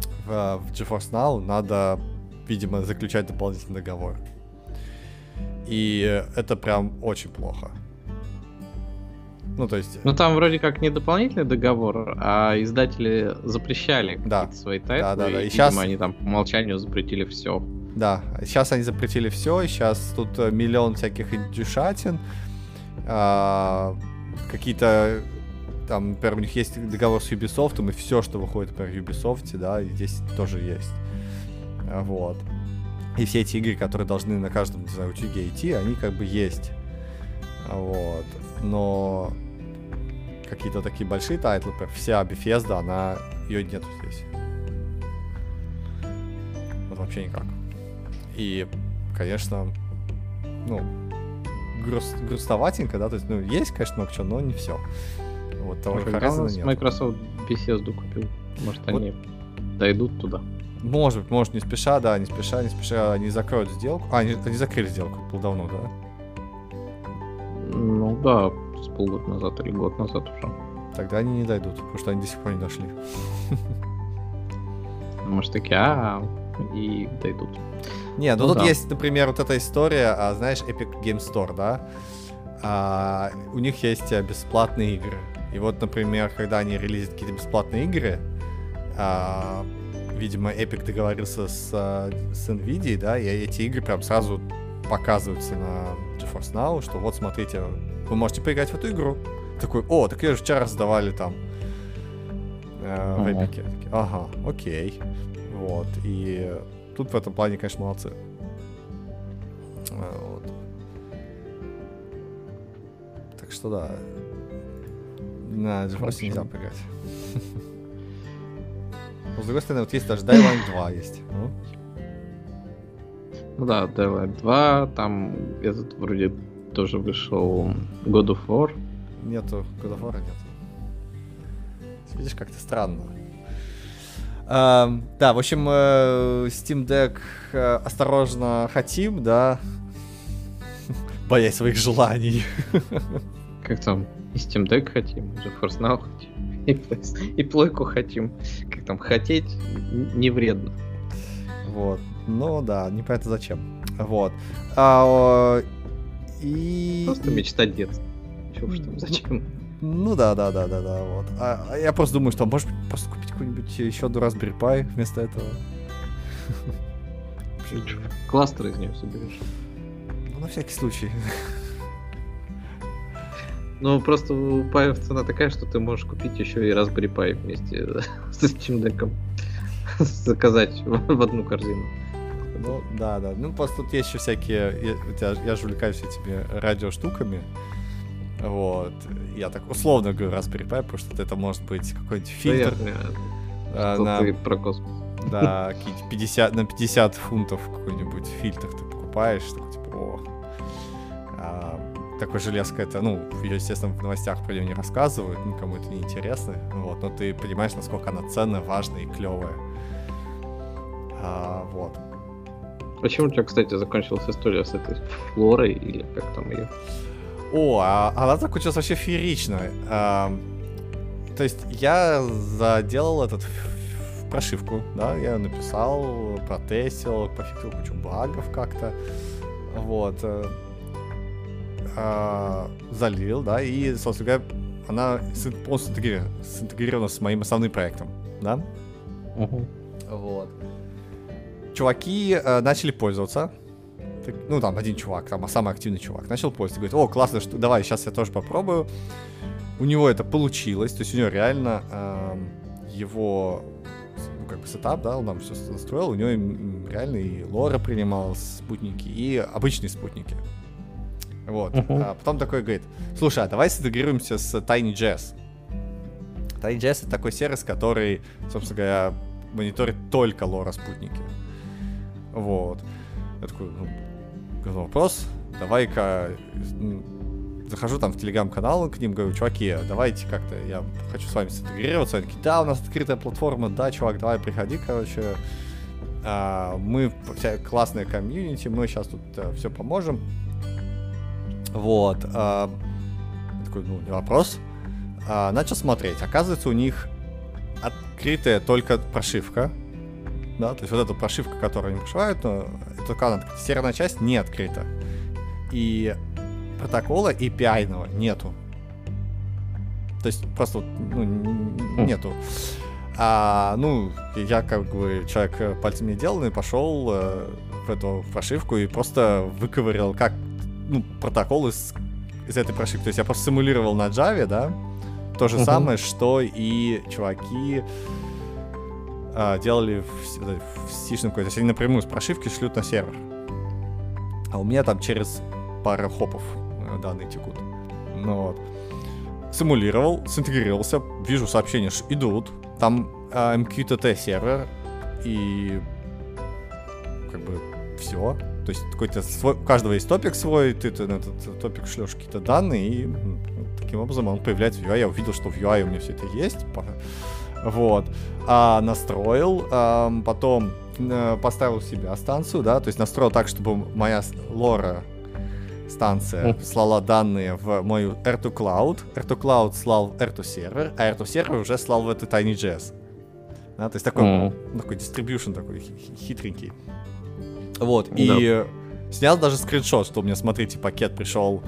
GeForce Now, надо, видимо, заключать дополнительный договор. И это прям очень плохо. Ну, то есть... Ну, там вроде как не дополнительный договор, а издатели запрещали какие-то свои тайтлы. Да. И, И сейчас... видимо, они там по умолчанию запретили все. Да, сейчас они запретили все, и сейчас тут миллион всяких индюшатин. Какие-то... Там, например, у них есть договор с Ubisoft, и все, что выходит, например, в Ubisoft, да, и здесь тоже есть. Вот. И все эти игры, которые должны на каждом, не знаю, утюге идти, они как бы есть. Вот. Но какие-то такие большие тайтлы, вся Bethesda, она... Ее нету здесь. Вот вообще никак. И, конечно, ну, грустноватенько, да, то есть, ну, есть, конечно, много чего, но не все. Вот того же Horizon нет. Microsoft Bethesda купил. Может, вот. Они дойдут туда. Может, не спеша, да, не спеша они закроют сделку. Они закрыли сделку, это было давно, да? Ну да, с полгода назад или год назад уже. Тогда они не дойдут, потому что они до сих пор не дошли. Может, такие, и дойдут. Не, ну тут да. Есть, например, вот эта история, знаешь, Epic Game Store, да? У них есть бесплатные игры. И вот, например, когда они релизят какие-то бесплатные игры, видимо, Epic договорился с Nvidia, да, и эти игры прям сразу показываются на GeForce Now, что вот, смотрите, вы можете поиграть в эту игру. Такой, так ее же вчера раздавали там в Epic. Ага, окей. Вот, и тут в этом плане, конечно, молодцы. Вот. Так что да, на GeForce нельзя поиграть. Но, с другой стороны, вот есть даже Dying 2 есть. Ну да, Dying 2, там этот вроде тоже вышел God of War. Нету, God of War нету. Видишь, как-то странно. Да, в общем, Steam Deck осторожно хотим, да, боясь своих желаний. Как там? И Steam Deck хотим, GeForce Now хотим, и плойку хотим. Как там, хотеть не вредно. Вот. Ну да, непонятно зачем. Вот. Просто мечта детства. Чего уж там, зачем? Ну да, вот. Я просто думаю, что может просто купить какую-нибудь еще одну Raspberry Pi вместо этого. Кластер из нее соберешь. Ну, на всякий случай. Ну, просто у Pi цена такая, что ты можешь купить еще и Raspberry Pi вместе с Steam Deck'ом. Заказать в одну корзину. Ну, да. Ну, просто тут есть еще всякие... Я же увлекаюсь этими радиоштуками. Вот. Я так условно говорю Raspberry Pi, потому что это может быть какой-нибудь фильтр. Ты про космос. Да, 50 фунтов какой-нибудь фильтр ты покупаешь, такой типа, такой железка, это, ну, ее, естественно, в новостях про нее не рассказывают, никому это не интересно, вот, но ты понимаешь, насколько она ценная, важная и клевая. Вот. Почему у тебя, кстати, закончилась история с этой Флорой, или как там ее? Она закончилась вообще феерично. То есть я заделал прошивку, да, я написал, протестил, пофиксил кучу багов как-то, вот, залил, да, и, собственно говоря, она полностью синтегрирована с моим основным проектом, да. Вот. Чуваки начали пользоваться. Ну, там, один чувак, там, самый активный чувак, начал пользоваться. Говорит, классно, что давай, сейчас я тоже попробую. У него это получилось, то есть у него реально его, ну, как бы, сетап, да, он там все настроил, у него реально и лора принимал спутники, и обычные спутники. Вот. А потом такой говорит, слушай, а давай синтегрируемся с TinyJS. TinyJS — это такой сервис, который, собственно говоря, мониторит только лора спутники. Вот. Я такой, вопрос, давай-ка, захожу там в телеграм-канал к ним, говорю, чуваки, давайте как-то, я хочу с вами синтегрироваться. Они такие, да, у нас открытая платформа, да, чувак, давай, приходи, короче, мы вся классная комьюнити, мы сейчас тут все поможем. Вот. Я такой, не вопрос. Начал смотреть, оказывается, у них открытая только прошивка. Да, то есть вот эта прошивка, которую они прошивают, но только она, серверная часть не открыта. и протокола API-ного нету. То есть просто нету. Я как бы человек пальцем не деланный, пошел в эту прошивку и просто выковырял как протокол из этой прошивки. То есть я просто симулировал на Java, да, то же самое, что и чуваки делали в C-шном какой-то. То есть они напрямую с прошивки шлют на сервер. А у меня там через пару хопов данные текут. Симулировал, синтегрировался, вижу сообщения, что идут. Там MQTT сервер, и как бы все. То есть какой-то свой, у каждого есть топик свой, ты на этот топик шлешь какие-то данные, и таким образом он появляется в UI. Я увидел, что в UI у меня все это есть. Вот. Настроил, потом поставил себе станцию, да, то есть настроил так, чтобы моя лора станция слала данные в мою R2Cloud. R2Cloud слал в R2сервер, а R2сервер уже слал в это TinyJS. Да, то есть такой distribution такой хитренький. Вот, и снял даже скриншот, что у меня, смотрите, пакет пришел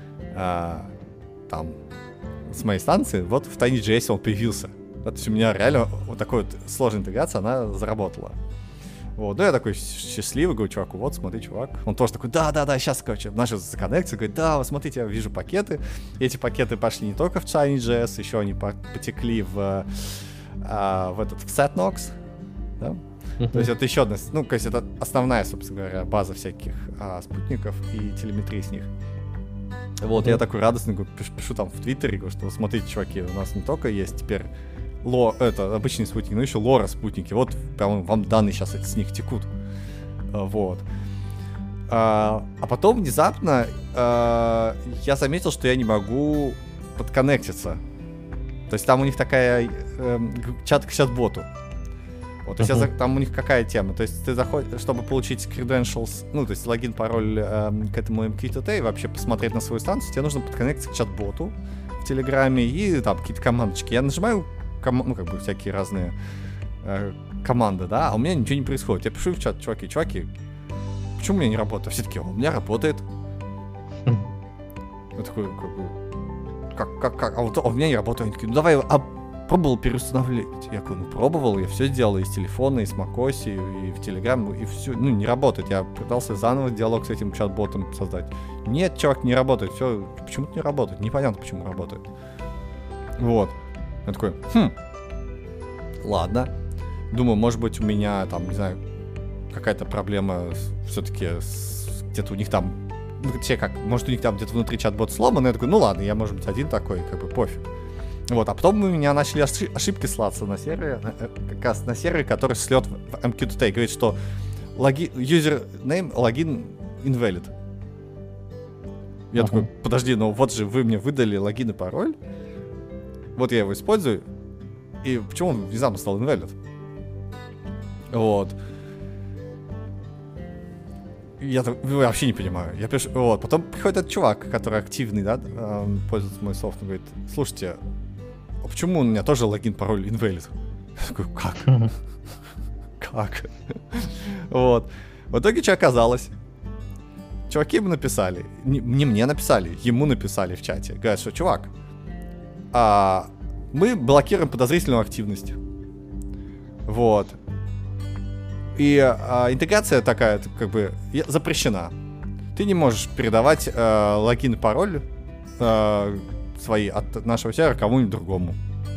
там с моей станции, вот в TinyJS он появился. То есть у меня реально вот такой вот сложная интеграция, она заработала. Вот, я такой счастливый, говорю чуваку, вот, смотри, чувак. Он тоже такой, да, сейчас, короче, начал законнектиться, говорит, да, вот смотрите, я вижу пакеты. И эти пакеты пошли не только в TinyJS, еще они потекли в Setnox, да? То есть это еще одна, то есть это основная, собственно говоря, база всяких спутников и телеметрии с них. Вот, я такой радостный, пишу там в Твиттере, говорю, что смотрите, чуваки, у нас не только есть теперь обычные спутники, но еще лора спутники. Вот прям вам данные сейчас с них текут. Вот. А потом внезапно я заметил, что я не могу подконнектиться. То есть там у них такая чат к чат-боту. Вот, то есть там у них какая тема? То есть ты заходишь, чтобы получить credentials, то есть логин, пароль к этому MQTT и вообще посмотреть на свою станцию, тебе нужно подконнектиться к чат-боту в Телеграме и там какие-то командочки. Я нажимаю всякие разные команды, да, а у меня ничего не происходит. Я пишу в чат, чуваки, почему у меня не работает? Все таки, у меня работает. Я такой, как, а у меня не работает. Они такие, давай, пробовал переустановлять. Я говорю, пробовал, я все сделал и с телефона, и с macOS, и в Telegram, и все, не работает. Я пытался заново диалог с этим чат-ботом создать. Нет, чувак, не работает, все, почему-то не работает, непонятно, почему работает. Вот. Я такой, ладно. Думаю, может быть, у меня там, не знаю, какая-то проблема все-таки где-то у них там, может, у них там где-то внутри чат-бот сломан. Я такой, ладно, я, может быть, один такой, пофиг. Вот, а потом у меня начали ошибки слаться на сервере, как раз на сервере, который слет в MQTT, и говорит, что username логин invalid. Я такой, подожди, вот же вы мне выдали логин и пароль. Вот я его использую, и почему он внезапно стал invalid? Вот. Я вообще не понимаю. Я пишу, вот. Потом приходит этот чувак, который активный, да, пользуется мой софт, он говорит, слушайте, а почему у меня тоже логин, пароль invalid? Я такой, как? Как? Вот. В итоге что оказалось? Чуваки ему написали, не мне написали, ему написали в чате. Говорят, что, чувак, мы блокируем подозрительную активность. Вот. И интеграция такая, запрещена. Ты не можешь передавать логин и пароль свои от нашего сервера кому-нибудь другому.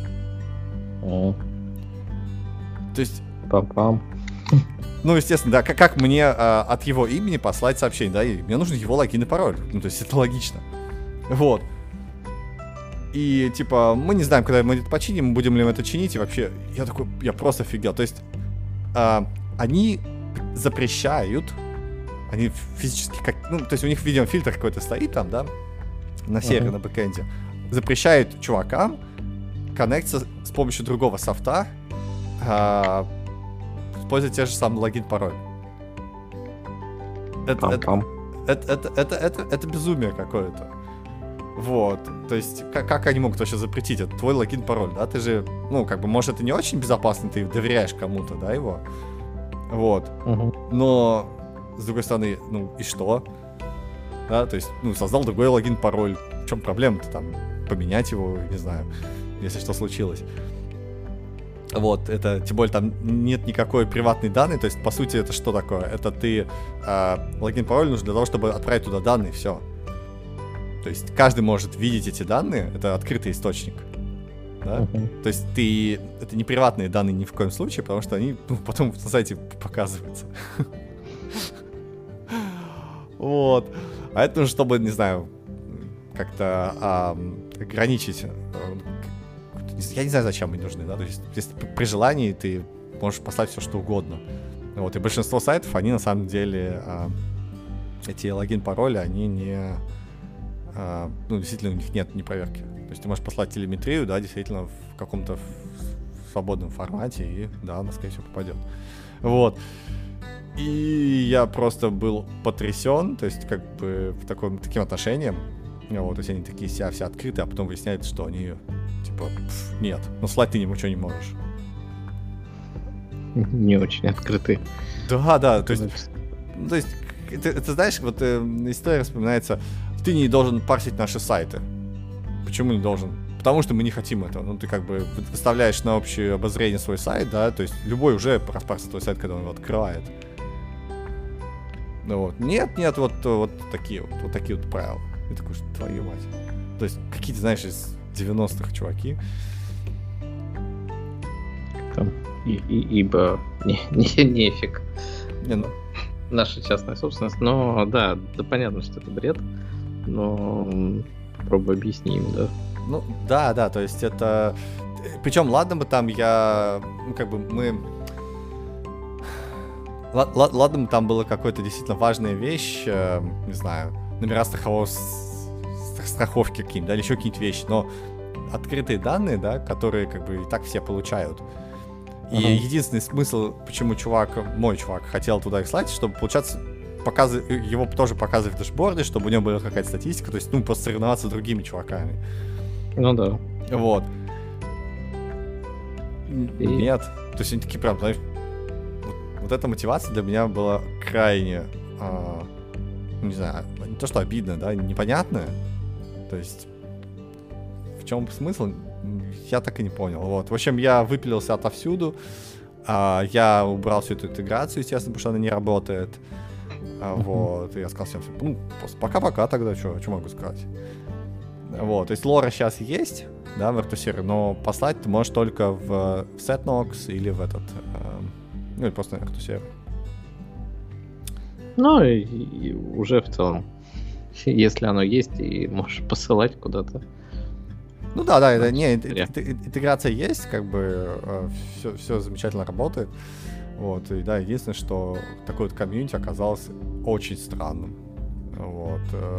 То есть... Пам-пам. Естественно, да, как мне от его имени послать сообщение, да, и мне нужен его логин и пароль. То есть это логично. Вот. И, мы не знаем, когда мы это починим, будем ли мы это чинить, и вообще, я просто офигел. То есть, они запрещают, они физически, то есть у них, видимо, фильтр какой-то стоит там, да, на сервере, на бэкэнде, запрещают чувакам коннектиться с помощью другого софта, использовать те же самые логин-пароль. Это безумие какое-то. Вот, то есть, как они могут вообще запретить? Это твой логин-пароль, да? Ты же, может, это не очень безопасно, ты доверяешь кому-то, да, его? Вот. Но, с другой стороны, и что? да, то есть, ну, создал другой логин-пароль. В чем проблема-то там? Поменять его, не знаю, если что случилось. Вот, это, тем более, там нет никакой приватной данной, то есть, по сути, это что такое? Это ты, логин-пароль нужен для того, чтобы отправить туда данные, все. То есть, каждый может видеть эти данные, это открытый источник. Да? То есть, это не приватные данные ни в коем случае, потому что они потом на сайте показываются. Вот. А это нужно, чтобы, не знаю, как-то ограничить. Я не знаю, зачем они нужны, да, то есть при желании ты можешь послать все, что угодно. Вот, и большинство сайтов, они на самом деле, эти логин-пароли, они не, ну, действительно, у них нет ни проверки. То есть ты можешь послать телеметрию, да, действительно, в каком-то свободном формате, и, да, она, скорее всего, попадет. Вот. И я просто был потрясен, то есть, как бы, таким отношением. Вот, то есть они такие все открыты, а потом выясняется, что они, типа, нет, ну слать ты ничего не можешь. Не очень открыты. Да, то есть, ты знаешь, вот история вспоминается, ты не должен парсить наши сайты. Почему не должен? Потому что мы не хотим этого. Ну, ты как бы выставляешь на общее обозрение свой сайт, да, то есть любой уже распарсит твой сайт, когда он его открывает. Ну вот, нет, вот такие вот правила. Я такой, что твою мать. То есть какие-то, знаешь, из 90-х чуваки. Там, ибо нефиг. Не, ну... Наша частная собственность. Но да, понятно, что это бред. Но попробуй объясни им, да. Ну, да, то есть это... Причем, ладно бы там мы... Ладно бы там была какая-то действительно важная вещь, не знаю, номера страховки какие-нибудь, да, или еще какие-нибудь вещи, но открытые данные, да, которые как бы и так все получают. И единственный смысл, почему мой чувак хотел туда их слать, чтобы, получаться, его тоже показывать в дашборде, чтобы у него была какая-то статистика, то есть, ну, просто соревноваться с другими чуваками. Ну да. Вот. Нет. То есть они такие прям, знаешь, вот эта мотивация для меня была крайне, не знаю, не то что обидно, да, непонятная. То есть в чем смысл, я так и не понял. Вот. В общем, я выпилился отовсюду. Я убрал всю эту интеграцию, естественно, потому что она не работает. Вот. И я сказал всем, ну, пока-пока тогда, что могу сказать. Вот. То есть лора сейчас есть, да, в Virtuserver, но послать ты можешь только в Setnox или в этот, ну, или просто на Virtuserver. Ну, и уже в целом, если оно есть, и можешь посылать куда-то. Ну да, это интеграция есть, как бы все замечательно работает. Вот, и да, единственное, что такое вот комьюнити оказалось очень странным. Вот.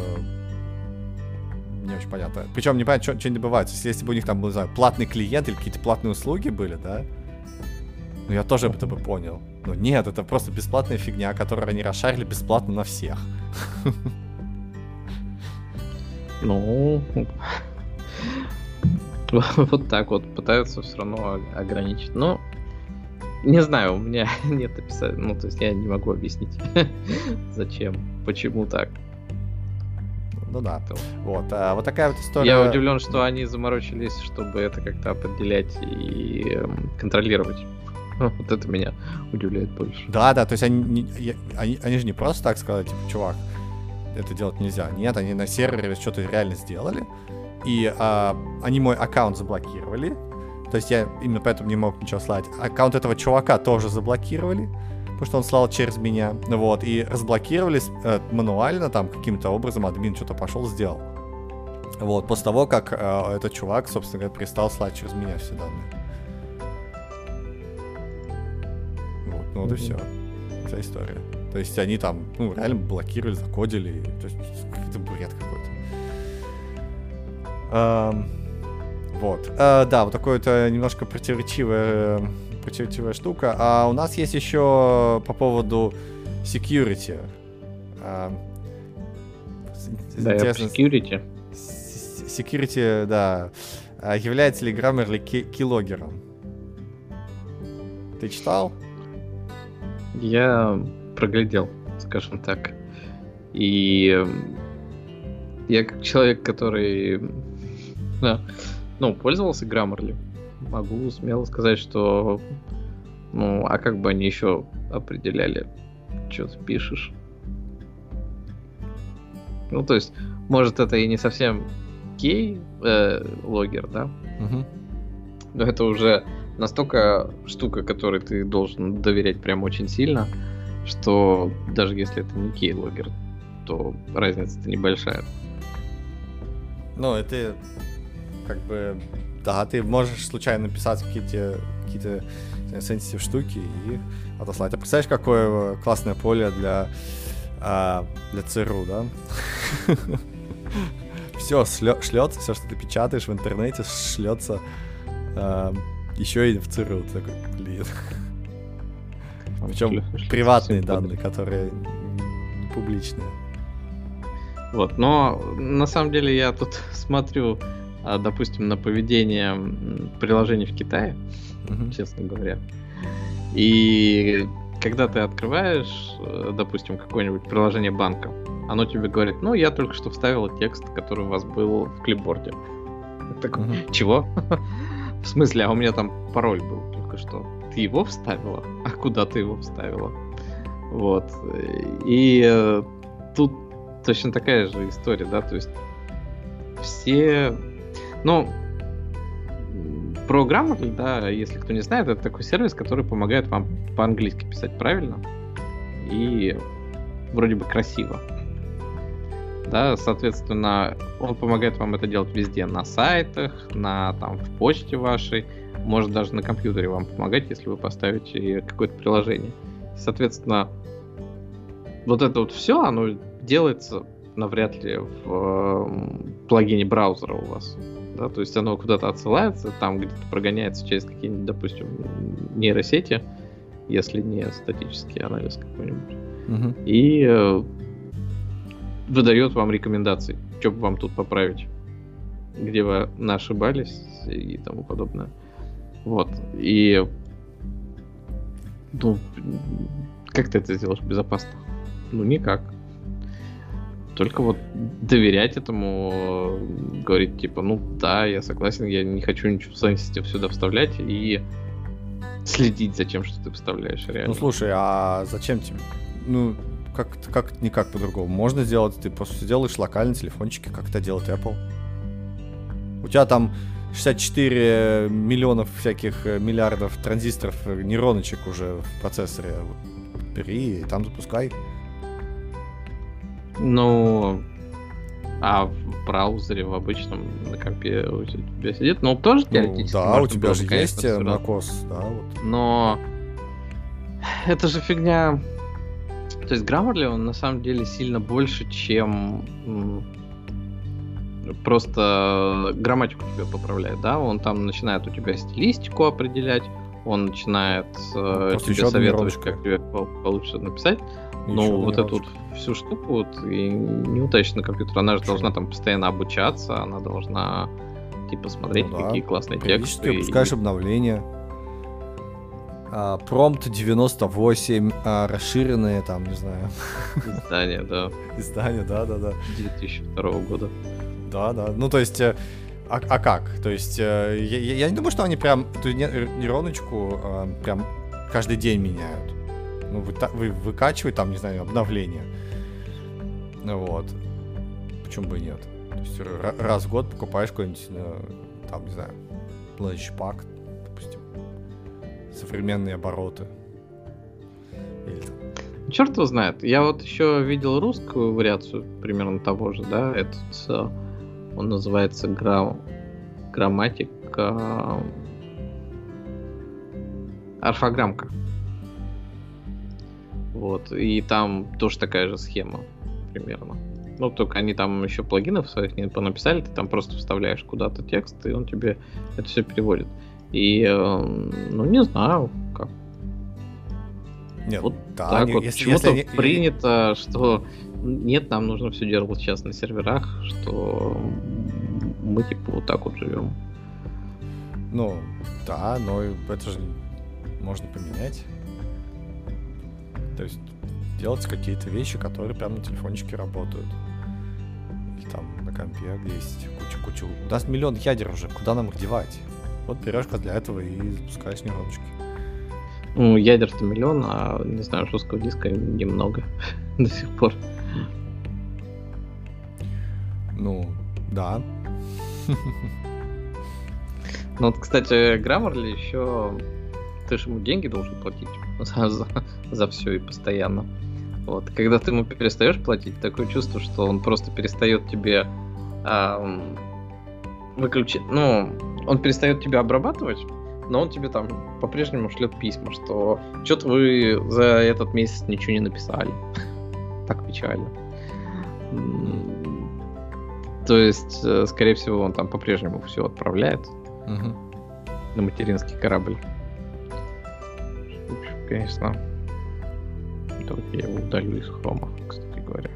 Не очень понятно. Причем не понятно, что не добывается. Если бы у них там был, не знаю, платный клиент или какие-то платные услуги были, да, ну я тоже это бы понял. Но нет, это просто бесплатная фигня, которую они расшарили бесплатно на всех. Ну, вот так вот пытаются все равно ограничить. Но не знаю, у меня нет описания. Ну, то есть я не могу объяснить, зачем, почему так. Ну да. Вот, вот такая вот история. Я удивлен, что они заморочились, чтобы это как-то определять и контролировать. Вот это меня удивляет больше. Да, то есть они же не просто так сказали, типа, чувак, это делать нельзя. Нет, они на сервере что-то реально сделали. И они мой аккаунт заблокировали. То есть я именно поэтому не мог ничего слать. Аккаунт этого чувака тоже заблокировали, потому что он слал через меня. Вот, и разблокировали мануально, там, каким-то образом админ что-то пошел, сделал. Вот, после того, как этот чувак, собственно говоря, перестал слать через меня все данные. Вот, ну вот и все. Вся история. То есть они там, ну, реально блокировали, закодили. То есть какой-то бред какой-то. Вот. Да, вот такое-то немножко противоречивая штука. А у нас есть еще по поводу security. Да, security. Security, да. Является ли Grammarly keylogger'ом? Ты читал? Я проглядел, скажем так. И Я как человек, который пользовался Grammarly, могу смело сказать, что а как бы они еще определяли, что ты пишешь? Ну, то есть, может, это и не совсем кей-логер, да? Угу. Но это уже настолько штука, которой ты должен доверять прям очень сильно, что даже если это не кей-логер, то разница-то небольшая. Ну, это как бы... Да, ты можешь случайно написать какие-то sensitive штуки и отослать. А представляешь, какое классное поле для ЦРУ, да? Все шлется, все, что ты печатаешь в интернете, шлется еще и в ЦРУ. Ты такой, блин. Причем приватные данные, которые не публичные. Вот, но на самом деле я тут смотрю, допустим, на поведение приложений в Китае, честно говоря. И когда ты открываешь, допустим, какое-нибудь приложение банка, оно тебе говорит, я только что вставила текст, который у вас был в клипборде. Так, чего? В смысле, а у меня там пароль был только что. Ты его вставила? А куда ты его вставила? Вот. И тут точно такая же история, да, то есть все... Про Grammarly, да, если кто не знает, это такой сервис, который помогает вам по-английски писать правильно и вроде бы красиво. Да, соответственно, он помогает вам это делать везде, на сайтах, в почте вашей, может даже на компьютере вам помогать, если вы поставите какое-то приложение. Соответственно, вот это вот все, оно делается навряд ли в плагине браузера у вас. Да, то есть оно куда-то отсылается, там где-то прогоняется через какие-нибудь, допустим, нейросети, если не статический анализ какой-нибудь, и выдает вам рекомендации, что бы вам тут поправить, где вы ошибались и тому подобное. Вот. И как ты это сделаешь безопасно? Никак. Только вот доверять этому, говорить типа, да, я согласен, я не хочу ничего sensitive сюда вставлять и следить за тем, что ты вставляешь реально. Слушай, а зачем тебе? Как никак по-другому. Можно сделать, ты просто делаешь локальные телефончики, как это делает Apple. У тебя там 64 миллионов всяких миллиардов транзисторов, нейроночек уже в процессоре. Бери и там запускай. А в браузере, в обычном, на компе у тебя сидит, тоже теоретически. Да, у тебя же есть macOS, да, вот. Но это же фигня. То есть Grammarly, он на самом деле сильно больше, чем просто грамматику тебе поправляет, да? Он там начинает у тебя стилистику определять, он начинает тебе советовать, как тебе получше написать. Вот эту вот всю штуку и не утащить на компьютер. Она же должна там постоянно обучаться, она должна смотреть, какие классные тексты. Ты пускаешь обновления. Промпт 98, расширенные там, не знаю. Издание, да. Издание, да. 2002 года. Да. То есть, а как? То есть, я не думаю, что они прям эту нейроночку прям каждый день меняют. Вы выкачиваете там, не знаю, обновления. Вот. Почему бы и нет? То есть раз в год покупаешь какой-нибудь, там, не знаю, ланчпак, допустим. Современные обороты. Или там... Черт его знает. Я вот еще видел русскую вариацию примерно того же, да. Он называется грамматика... Орфограммка. Вот, и там тоже такая же схема примерно. Только они там еще плагинов своих не понаписали, ты там просто вставляешь куда-то текст, и он тебе это все переводит. И, не знаю, как. Нет, вот да, так вот. Почему-то принято, что нет, нам нужно все делать сейчас на серверах, что мы вот так вот живем. Да, но это же можно поменять. То есть делать какие-то вещи, которые прямо на телефончике работают. Или там компе, где есть куча. У нас миллион ядер уже, куда нам их девать? Вот берешь для этого и запускаешь нейроночки. Ну, ядер-то миллион, а, не знаю, жесткого диска немного до сих пор. Ну, да. Ну вот, кстати, Grammarly еще... Ты же ему деньги должен платить за все и постоянно. Вот. Когда ты ему перестаешь платить, такое чувство, что он просто перестает тебе выключить... Ну, он перестает тебя обрабатывать, но он тебе там по-прежнему шлет письма, что что-то вы за этот месяц ничего не написали. Так печально. То есть, скорее всего, он там по-прежнему все отправляет на материнский корабль. В общем, конечно. Давайте я его удалю из хрома, кстати говоря.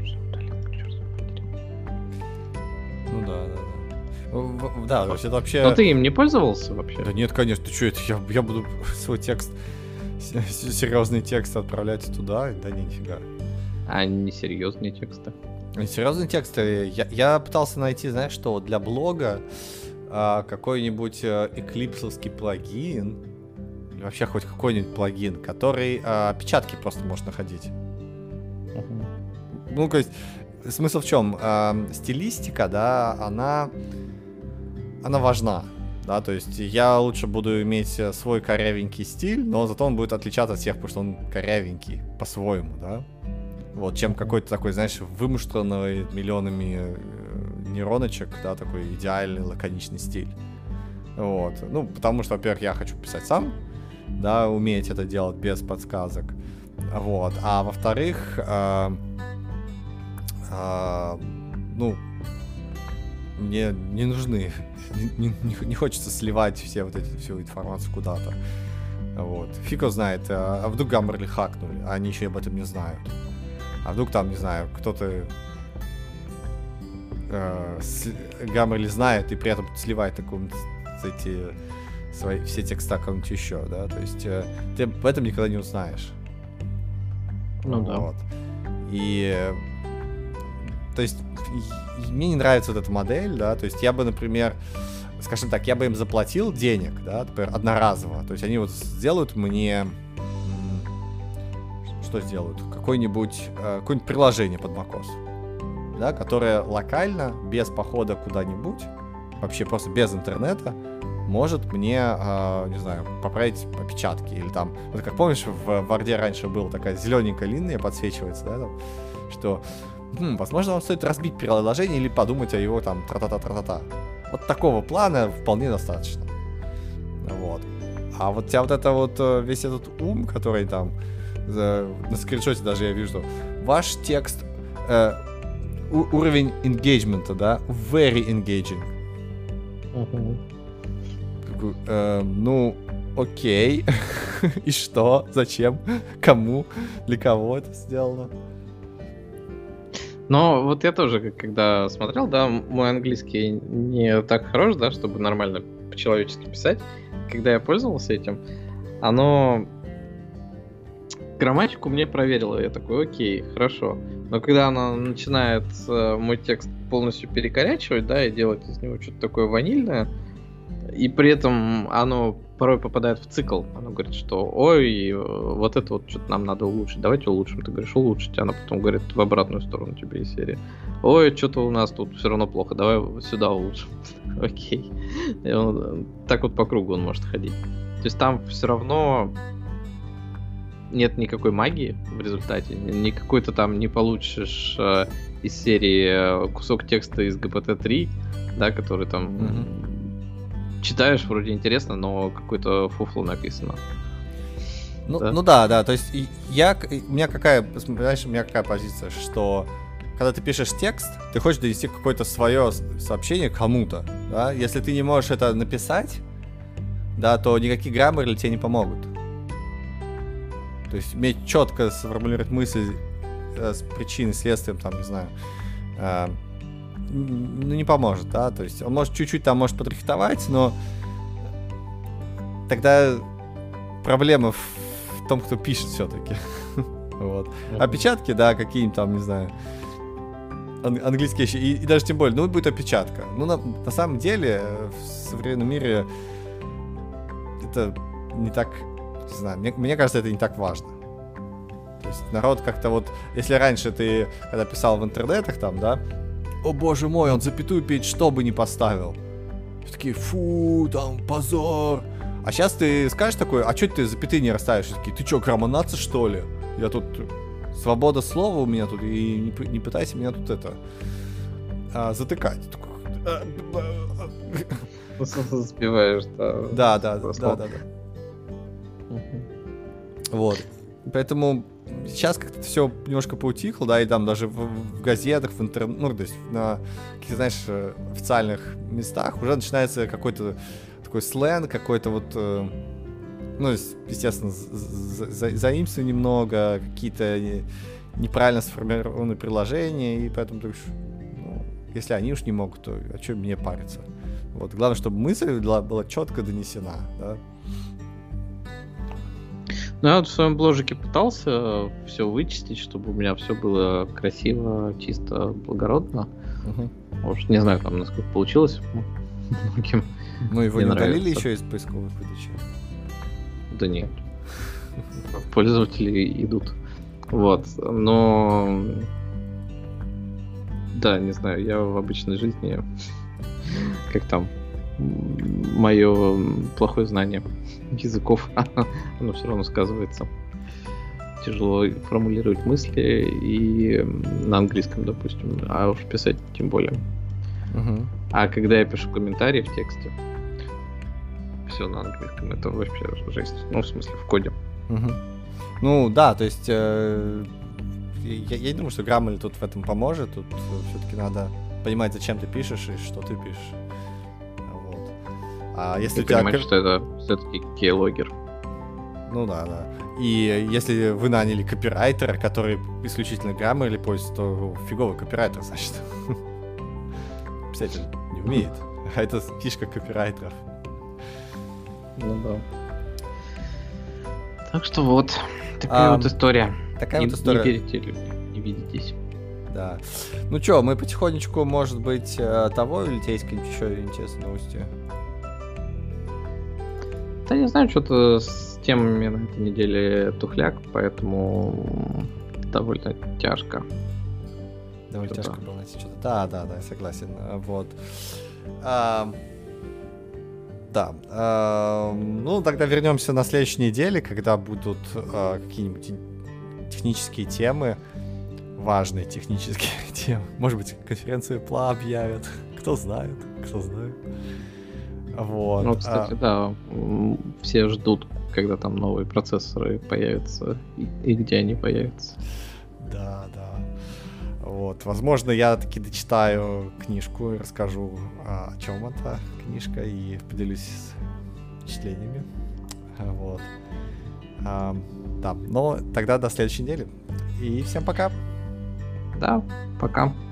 Ну да. Да, то есть это вообще... Но ты им не пользовался вообще? Да нет, конечно, ты что, это я буду свой текст, серьезный текст отправлять туда? Да не, нифига. А не серьезные тексты? Серьезные тексты. Я пытался найти, знаешь что, для блога какой-нибудь эклипсовский плагин, или вообще хоть какой-нибудь плагин, который опечатки просто может находить. Ну, то есть, смысл в чем? Стилистика, да, она важна. Да, то есть я лучше буду иметь свой корявенький стиль, но зато он будет отличаться от всех, потому что он корявенький по-своему, да. Вот, чем какой-то такой, знаешь, вымуштренный миллионами нейроночек, да, такой идеальный лаконичный стиль. Вот. Ну, потому что, во-первых, я хочу писать сам, да, уметь это делать без подсказок. Вот. А во-вторых, ну, мне не нужны, не хочется сливать всю информацию куда-то. Вот. Фиг его знает, а вдруг Grammarly хакнули, а они еще об этом не знают. А вдруг там, не знаю, кто-то Grammarly знает и при этом сливает все текста кому-нибудь еще, да, то есть ты об этом никогда не узнаешь. Ну вот. И то есть мне не нравится вот эта модель, да, то есть я бы, например, скажем так, я бы им заплатил денег, да, например, одноразово, то есть они вот сделают мне, что сделают, какое-нибудь приложение под macOS, да, которое локально, без похода куда-нибудь, вообще просто без интернета, может мне, не знаю, поправить опечатки, или там, вот как помнишь, в Word раньше была такая зелененькая линия, подсвечивается, да, там, что, возможно, вам стоит разбить приложение или подумать о его там тра-та-та-тра-та-та. Вот такого плана вполне достаточно. Вот. А вот у тебя вот это вот, весь этот ум, который там, на скриншоте даже я вижу, что ваш текст, уровень engagement, да, very engaging. Ну, окей. И что? Зачем? Кому? Для кого это сделано? Но вот я тоже, когда смотрел, да, мой английский не так хорош, да, чтобы нормально по-человечески писать. Когда я пользовался этим, оно грамматику мне проверило. Я такой, окей, хорошо. Но когда оно начинает мой текст полностью перекорячивать, да, и делать из него что-то такое ванильное, и при этом оно порой попадает в цикл. Оно говорит, что ой, вот это вот что-то нам надо улучшить. Давайте улучшим. Ты говоришь, улучшить. Оно потом говорит в обратную сторону тебе из серии. Ой, что-то у нас тут все равно плохо. Давай сюда улучшим. Окей. Так вот по кругу он может ходить. То есть там все равно нет никакой магии в результате. Никакой ты там не получишь из серии кусок текста из GPT-3, да, который там... Читаешь, вроде интересно, но какое-то фуфло написано. Ну да, то есть у меня какая позиция, что когда ты пишешь текст, ты хочешь довести какое-то свое сообщение кому-то, да? Если ты не можешь это написать, да, то никакие Grammarly тебе не помогут. То есть уметь четко сформулировать мысль с причиной, следствием, там, не знаю, ну, не поможет, да, то есть он может чуть-чуть там может подрихтовать, но тогда проблема в том, кто пишет все-таки. Вот. Опечатки, да, какие-нибудь там, не знаю, английские вещи, и даже тем более, ну, будет опечатка. Ну, на самом деле, в современном мире это не так, не знаю, мне кажется, это не так важно. То есть народ как-то вот, если раньше ты, когда писал в интернетах там, да, о боже мой, он запятую перед что бы не поставил. Все такие, фу, там, позор. А сейчас ты скажешь такой, а что ты запятые не расставишь? Все такие, ты что, громонаться, что ли? Я тут, свобода слова у меня тут, и не пытайся меня тут это, затыкать. Успеваешь, да. Да. Вот. Поэтому сейчас как-то все немножко поутихло, да, и там даже в газетах, в интернете, ну, то есть на каких-то, знаешь, официальных местах уже начинается какой-то такой сленг, какой-то вот, ну, естественно, заимствование немного, какие-то неправильно сформированные приложения, и поэтому, ну, если они уж не могут, то а что мне париться? Вот, главное, чтобы мысль была четко донесена, да. Ну, я вот в своем бложике пытался все вычистить, чтобы у меня все было красиво, чисто, благородно. Может, не знаю, там, насколько получилось многим. Ну, его не удалили еще из поисковой выдачи? Да нет. Пользователи идут. Вот, но... Да, не знаю, я в обычной жизни... Как там? Мое плохое знание языков, оно все равно сказывается. Тяжело формулировать мысли и на английском, допустим, а уж писать тем более. А когда я пишу комментарии в тексте, все на английском, это вообще жесть. Ну, в смысле, в коде. Ну, да, то есть я не думаю, что Grammarly тут в этом поможет. Тут все-таки надо понимать, зачем ты пишешь и что ты пишешь. Вот. А если понимать, что это все-таки keylogger. Ну да. И если вы наняли копирайтера, который исключительно Grammarly пользуется, то фиговый копирайтер, значит. Писатель не умеет. А это фишка копирайтеров. Ну да. Так что вот. Такая вот история. Такая вот история. Не верите люди, не видитесь. Да. Ну чё, мы потихонечку, может быть, того или у тебя есть какие-нибудь еще интересные новости? Да не знаю, что-то с темами на этой неделе тухляк, поэтому довольно тяжко. Довольно что-то. тяжко было найти что-то. Да, я согласен. Вот. Ну, тогда вернемся на следующей неделе, когда будут какие-нибудь технические темы, важные технические темы. Может быть, конференцию Apple объявят. Кто знает. Вот. Ну, кстати, да, все ждут, когда там новые процессоры появятся и где они появятся. Да. Вот. Возможно, я таки дочитаю книжку и расскажу, о чем эта книжка, и поделюсь впечатлениями. Вот. Да, но тогда до следующей недели. И всем пока. Да, пока.